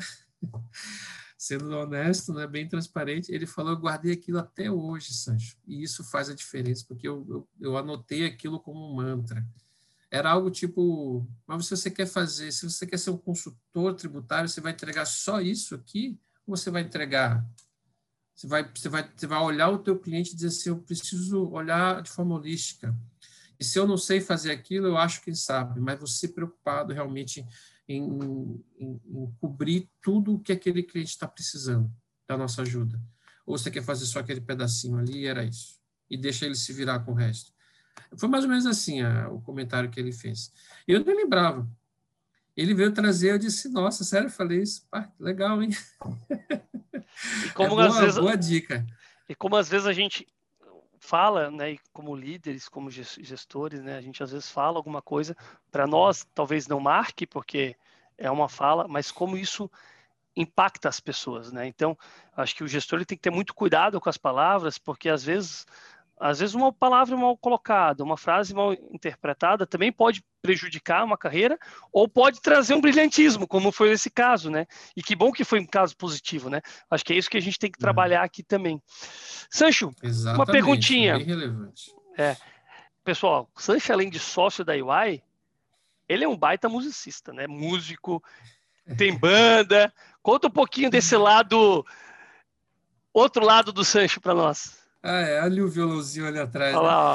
A: sendo honesto, né, bem transparente, ele falou, eu guardei aquilo até hoje, Sancho, e isso faz a diferença, porque eu, eu, eu anotei aquilo como um mantra. Era algo tipo, mas se você quer fazer, se você quer ser um consultor tributário, você vai entregar só isso aqui, ou você vai entregar? Você vai, você vai, você vai olhar o teu cliente e dizer assim, eu preciso olhar de forma holística. E se eu não sei fazer aquilo, eu acho que ele sabe, mas você preocupado realmente em, em, em cobrir tudo o que aquele cliente está precisando da nossa ajuda. Ou você quer fazer só aquele pedacinho ali e era isso. E deixa ele se virar com o resto. Foi mais ou menos assim a, o comentário que ele fez. E eu nem lembrava. Ele veio trazer, eu disse, nossa, sério, eu falei isso? Pá, legal, hein?
B: E
A: É
B: como às
A: boa,
B: vezes,
A: boa dica.
B: e como às vezes a gente fala, né, e como líderes, como gestores, né, a gente às vezes fala alguma coisa, para nós talvez não marque, porque é uma fala, mas como isso impacta as pessoas, né? Então, acho que o gestor ele tem que ter muito cuidado com as palavras, porque às vezes, às vezes uma palavra mal colocada, uma frase mal interpretada também pode prejudicar uma carreira ou pode trazer um brilhantismo, como foi esse caso, né? E que bom que foi um caso positivo, né? Acho que é isso que a gente tem que trabalhar aqui também. Sancho, uma
A: Exatamente,
B: perguntinha.
A: bem relevante.
B: É, pessoal, Sancho, além de sócio da U I, ele é um baita musicista, né? Músico, tem banda. Conta um pouquinho desse lado, outro lado do Sancho para nós.
A: Ah, é, ali o violãozinho ali atrás,
B: Olha
A: né?
B: lá, ó.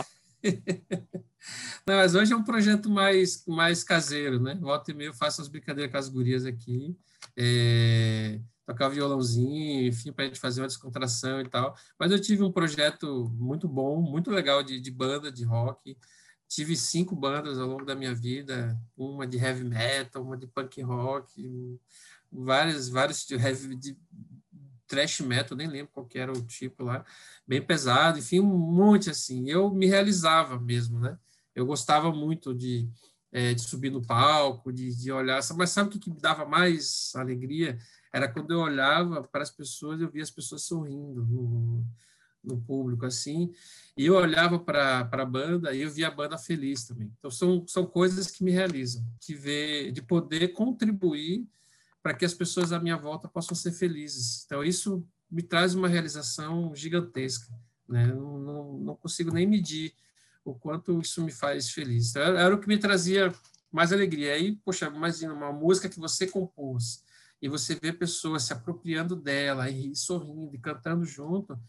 A: Não, mas hoje é um projeto mais, mais caseiro, né? Volta e meia eu faço as brincadeiras com as gurias aqui, é, tocar violãozinho, enfim, para a gente fazer uma descontração e tal. Mas eu tive um projeto muito bom, muito legal de, de banda, de rock. Tive cinco bandas ao longo da minha vida, uma de heavy metal, uma de punk rock, vários, vários de heavy, de thrash metal, nem lembro qual que era o tipo lá, bem pesado, enfim, um monte assim. Eu me realizava mesmo, né? Eu gostava muito de, é, de subir no palco, de, de olhar, mas sabe o que, que me dava mais alegria? Era quando eu olhava para as pessoas, eu via as pessoas sorrindo no, no público, assim, e eu olhava para a banda e eu via a banda feliz também. Então, são, são coisas que me realizam, de ver, de poder contribuir para que as pessoas à minha volta possam ser felizes. Então, isso me traz uma realização gigantesca, né? Não, não, não consigo nem medir o quanto isso me faz feliz. Então, era, era o que me trazia mais alegria. Aí, poxa, imagina uma música que você compôs e você vê pessoas se apropriando dela e sorrindo e cantando junto,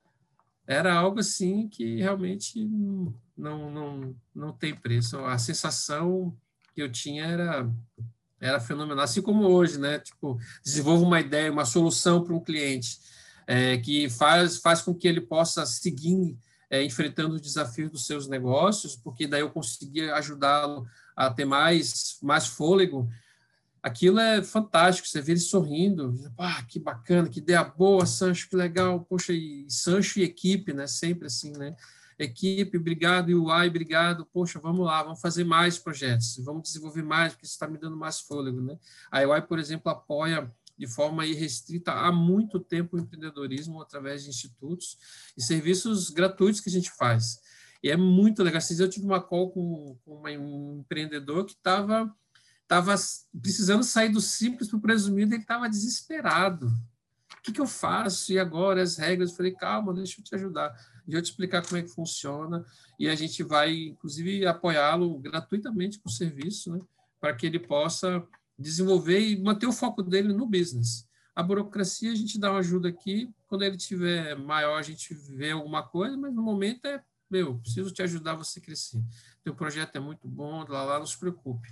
A: era algo assim que realmente não, não, não tem preço. A sensação que eu tinha era era fenomenal, assim como hoje, né? Tipo, desenvolvo uma ideia, uma solução para um cliente é, que faz, faz com que ele possa seguir é, enfrentando os desafios dos seus negócios, porque daí eu consegui ajudá-lo a ter mais, mais fôlego. Aquilo é fantástico, você vê ele sorrindo, ah, que bacana, que ideia boa, Sancho, que legal, poxa, e Sancho e equipe, né? Sempre assim, né? Equipe, obrigado, U I, obrigado, poxa, vamos lá, vamos fazer mais projetos, vamos desenvolver mais, porque isso está me dando mais fôlego, né? A U I, por exemplo, apoia de forma irrestrita há muito tempo o empreendedorismo através de institutos e serviços gratuitos que a gente faz. E é muito legal. Eu tive uma call com, com um empreendedor que estava estava precisando sair do simples para o presumido, ele estava desesperado. O que, que eu faço? E agora as regras? Eu falei, calma, deixa eu te ajudar. Deixa eu te explicar como é que funciona. E a gente vai, inclusive, apoiá-lo gratuitamente com o serviço, né, para que ele possa desenvolver e manter o foco dele no business. A burocracia, a gente dá uma ajuda aqui. Quando ele tiver maior, a gente vê alguma coisa, mas no momento é, meu, preciso te ajudar a você crescer. Teu projeto é muito bom, lá, lá, não se preocupe.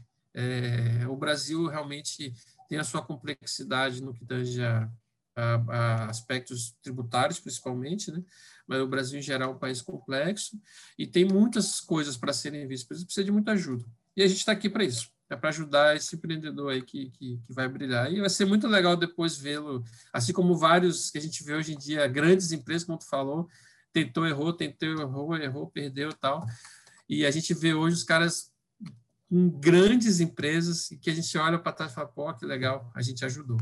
A: É, o Brasil realmente tem a sua complexidade no que tange a, a, a aspectos tributários, principalmente, né? Mas o Brasil, em geral, é um país complexo e tem muitas coisas para serem vistas, precisa de muita ajuda. E a gente está aqui para isso, é para ajudar esse empreendedor aí que, que, que vai brilhar. E vai ser muito legal depois vê-lo, assim como vários que a gente vê hoje em dia, grandes empresas, como tu falou, tentou, errou, tentou, errou, errou, perdeu e tal. E a gente vê hoje os caras com grandes empresas e que a gente olha para trás e fala, pô, que legal, a gente ajudou.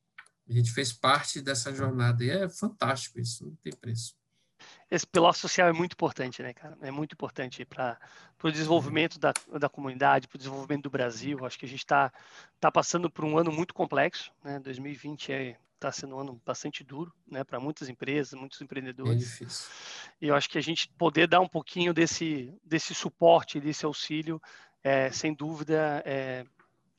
A: A gente fez parte dessa jornada e é fantástico isso, não tem preço.
B: Esse pilar social é muito importante, né, cara? É muito importante para o desenvolvimento da, da comunidade, para o desenvolvimento do Brasil. Acho que a gente está tá passando por um ano muito complexo, né? dois mil e vinte é está sendo um ano bastante duro, né, para muitas empresas, muitos
A: É
B: empreendedores.
A: difícil.
B: E eu acho que a gente poder dar um pouquinho desse, desse suporte, desse auxílio, é, sem dúvida, é,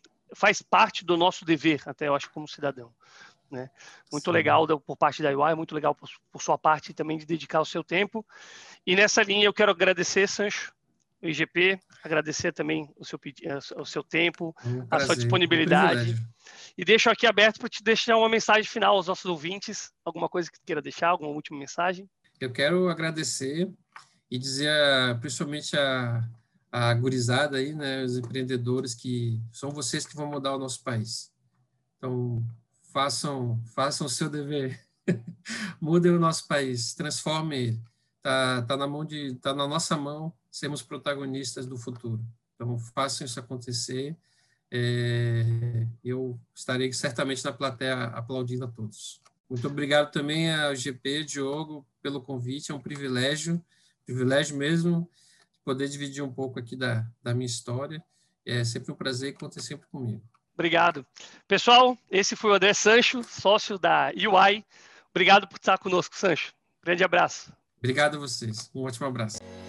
B: faz parte do nosso dever, até eu acho, como cidadão. Né? Muito
A: Sim.
B: legal por parte da U I, muito legal por, por sua parte também de dedicar o seu tempo. E nessa linha eu quero agradecer, Sancho, o I G P, agradecer também o seu, o seu tempo,
A: Um
B: a sua
A: prazer, um
B: disponibilidade.
A: privilégio.
B: E deixo aqui aberto para te deixar uma mensagem final aos nossos ouvintes, alguma coisa que queira deixar, alguma última mensagem.
A: Eu quero agradecer e dizer, principalmente a, a gurizada aí, né, os empreendedores, que são vocês que vão mudar o nosso país. Então, façam, façam o seu dever. Mudem o nosso país, transformem ele. tá, tá na mão de, tá na nossa mão sermos protagonistas do futuro. Então, façam isso acontecer. É, eu estarei certamente na plateia aplaudindo a todos. Muito obrigado também ao G P, Diogo, pelo convite. É um privilégio, privilégio mesmo, poder dividir um pouco aqui da, da minha história. É sempre um prazer e contem sempre comigo.
B: Obrigado. Pessoal, esse foi o André Sancho, sócio da U I. Obrigado por estar conosco, Sancho. Grande abraço.
A: Obrigado a vocês. Um ótimo abraço.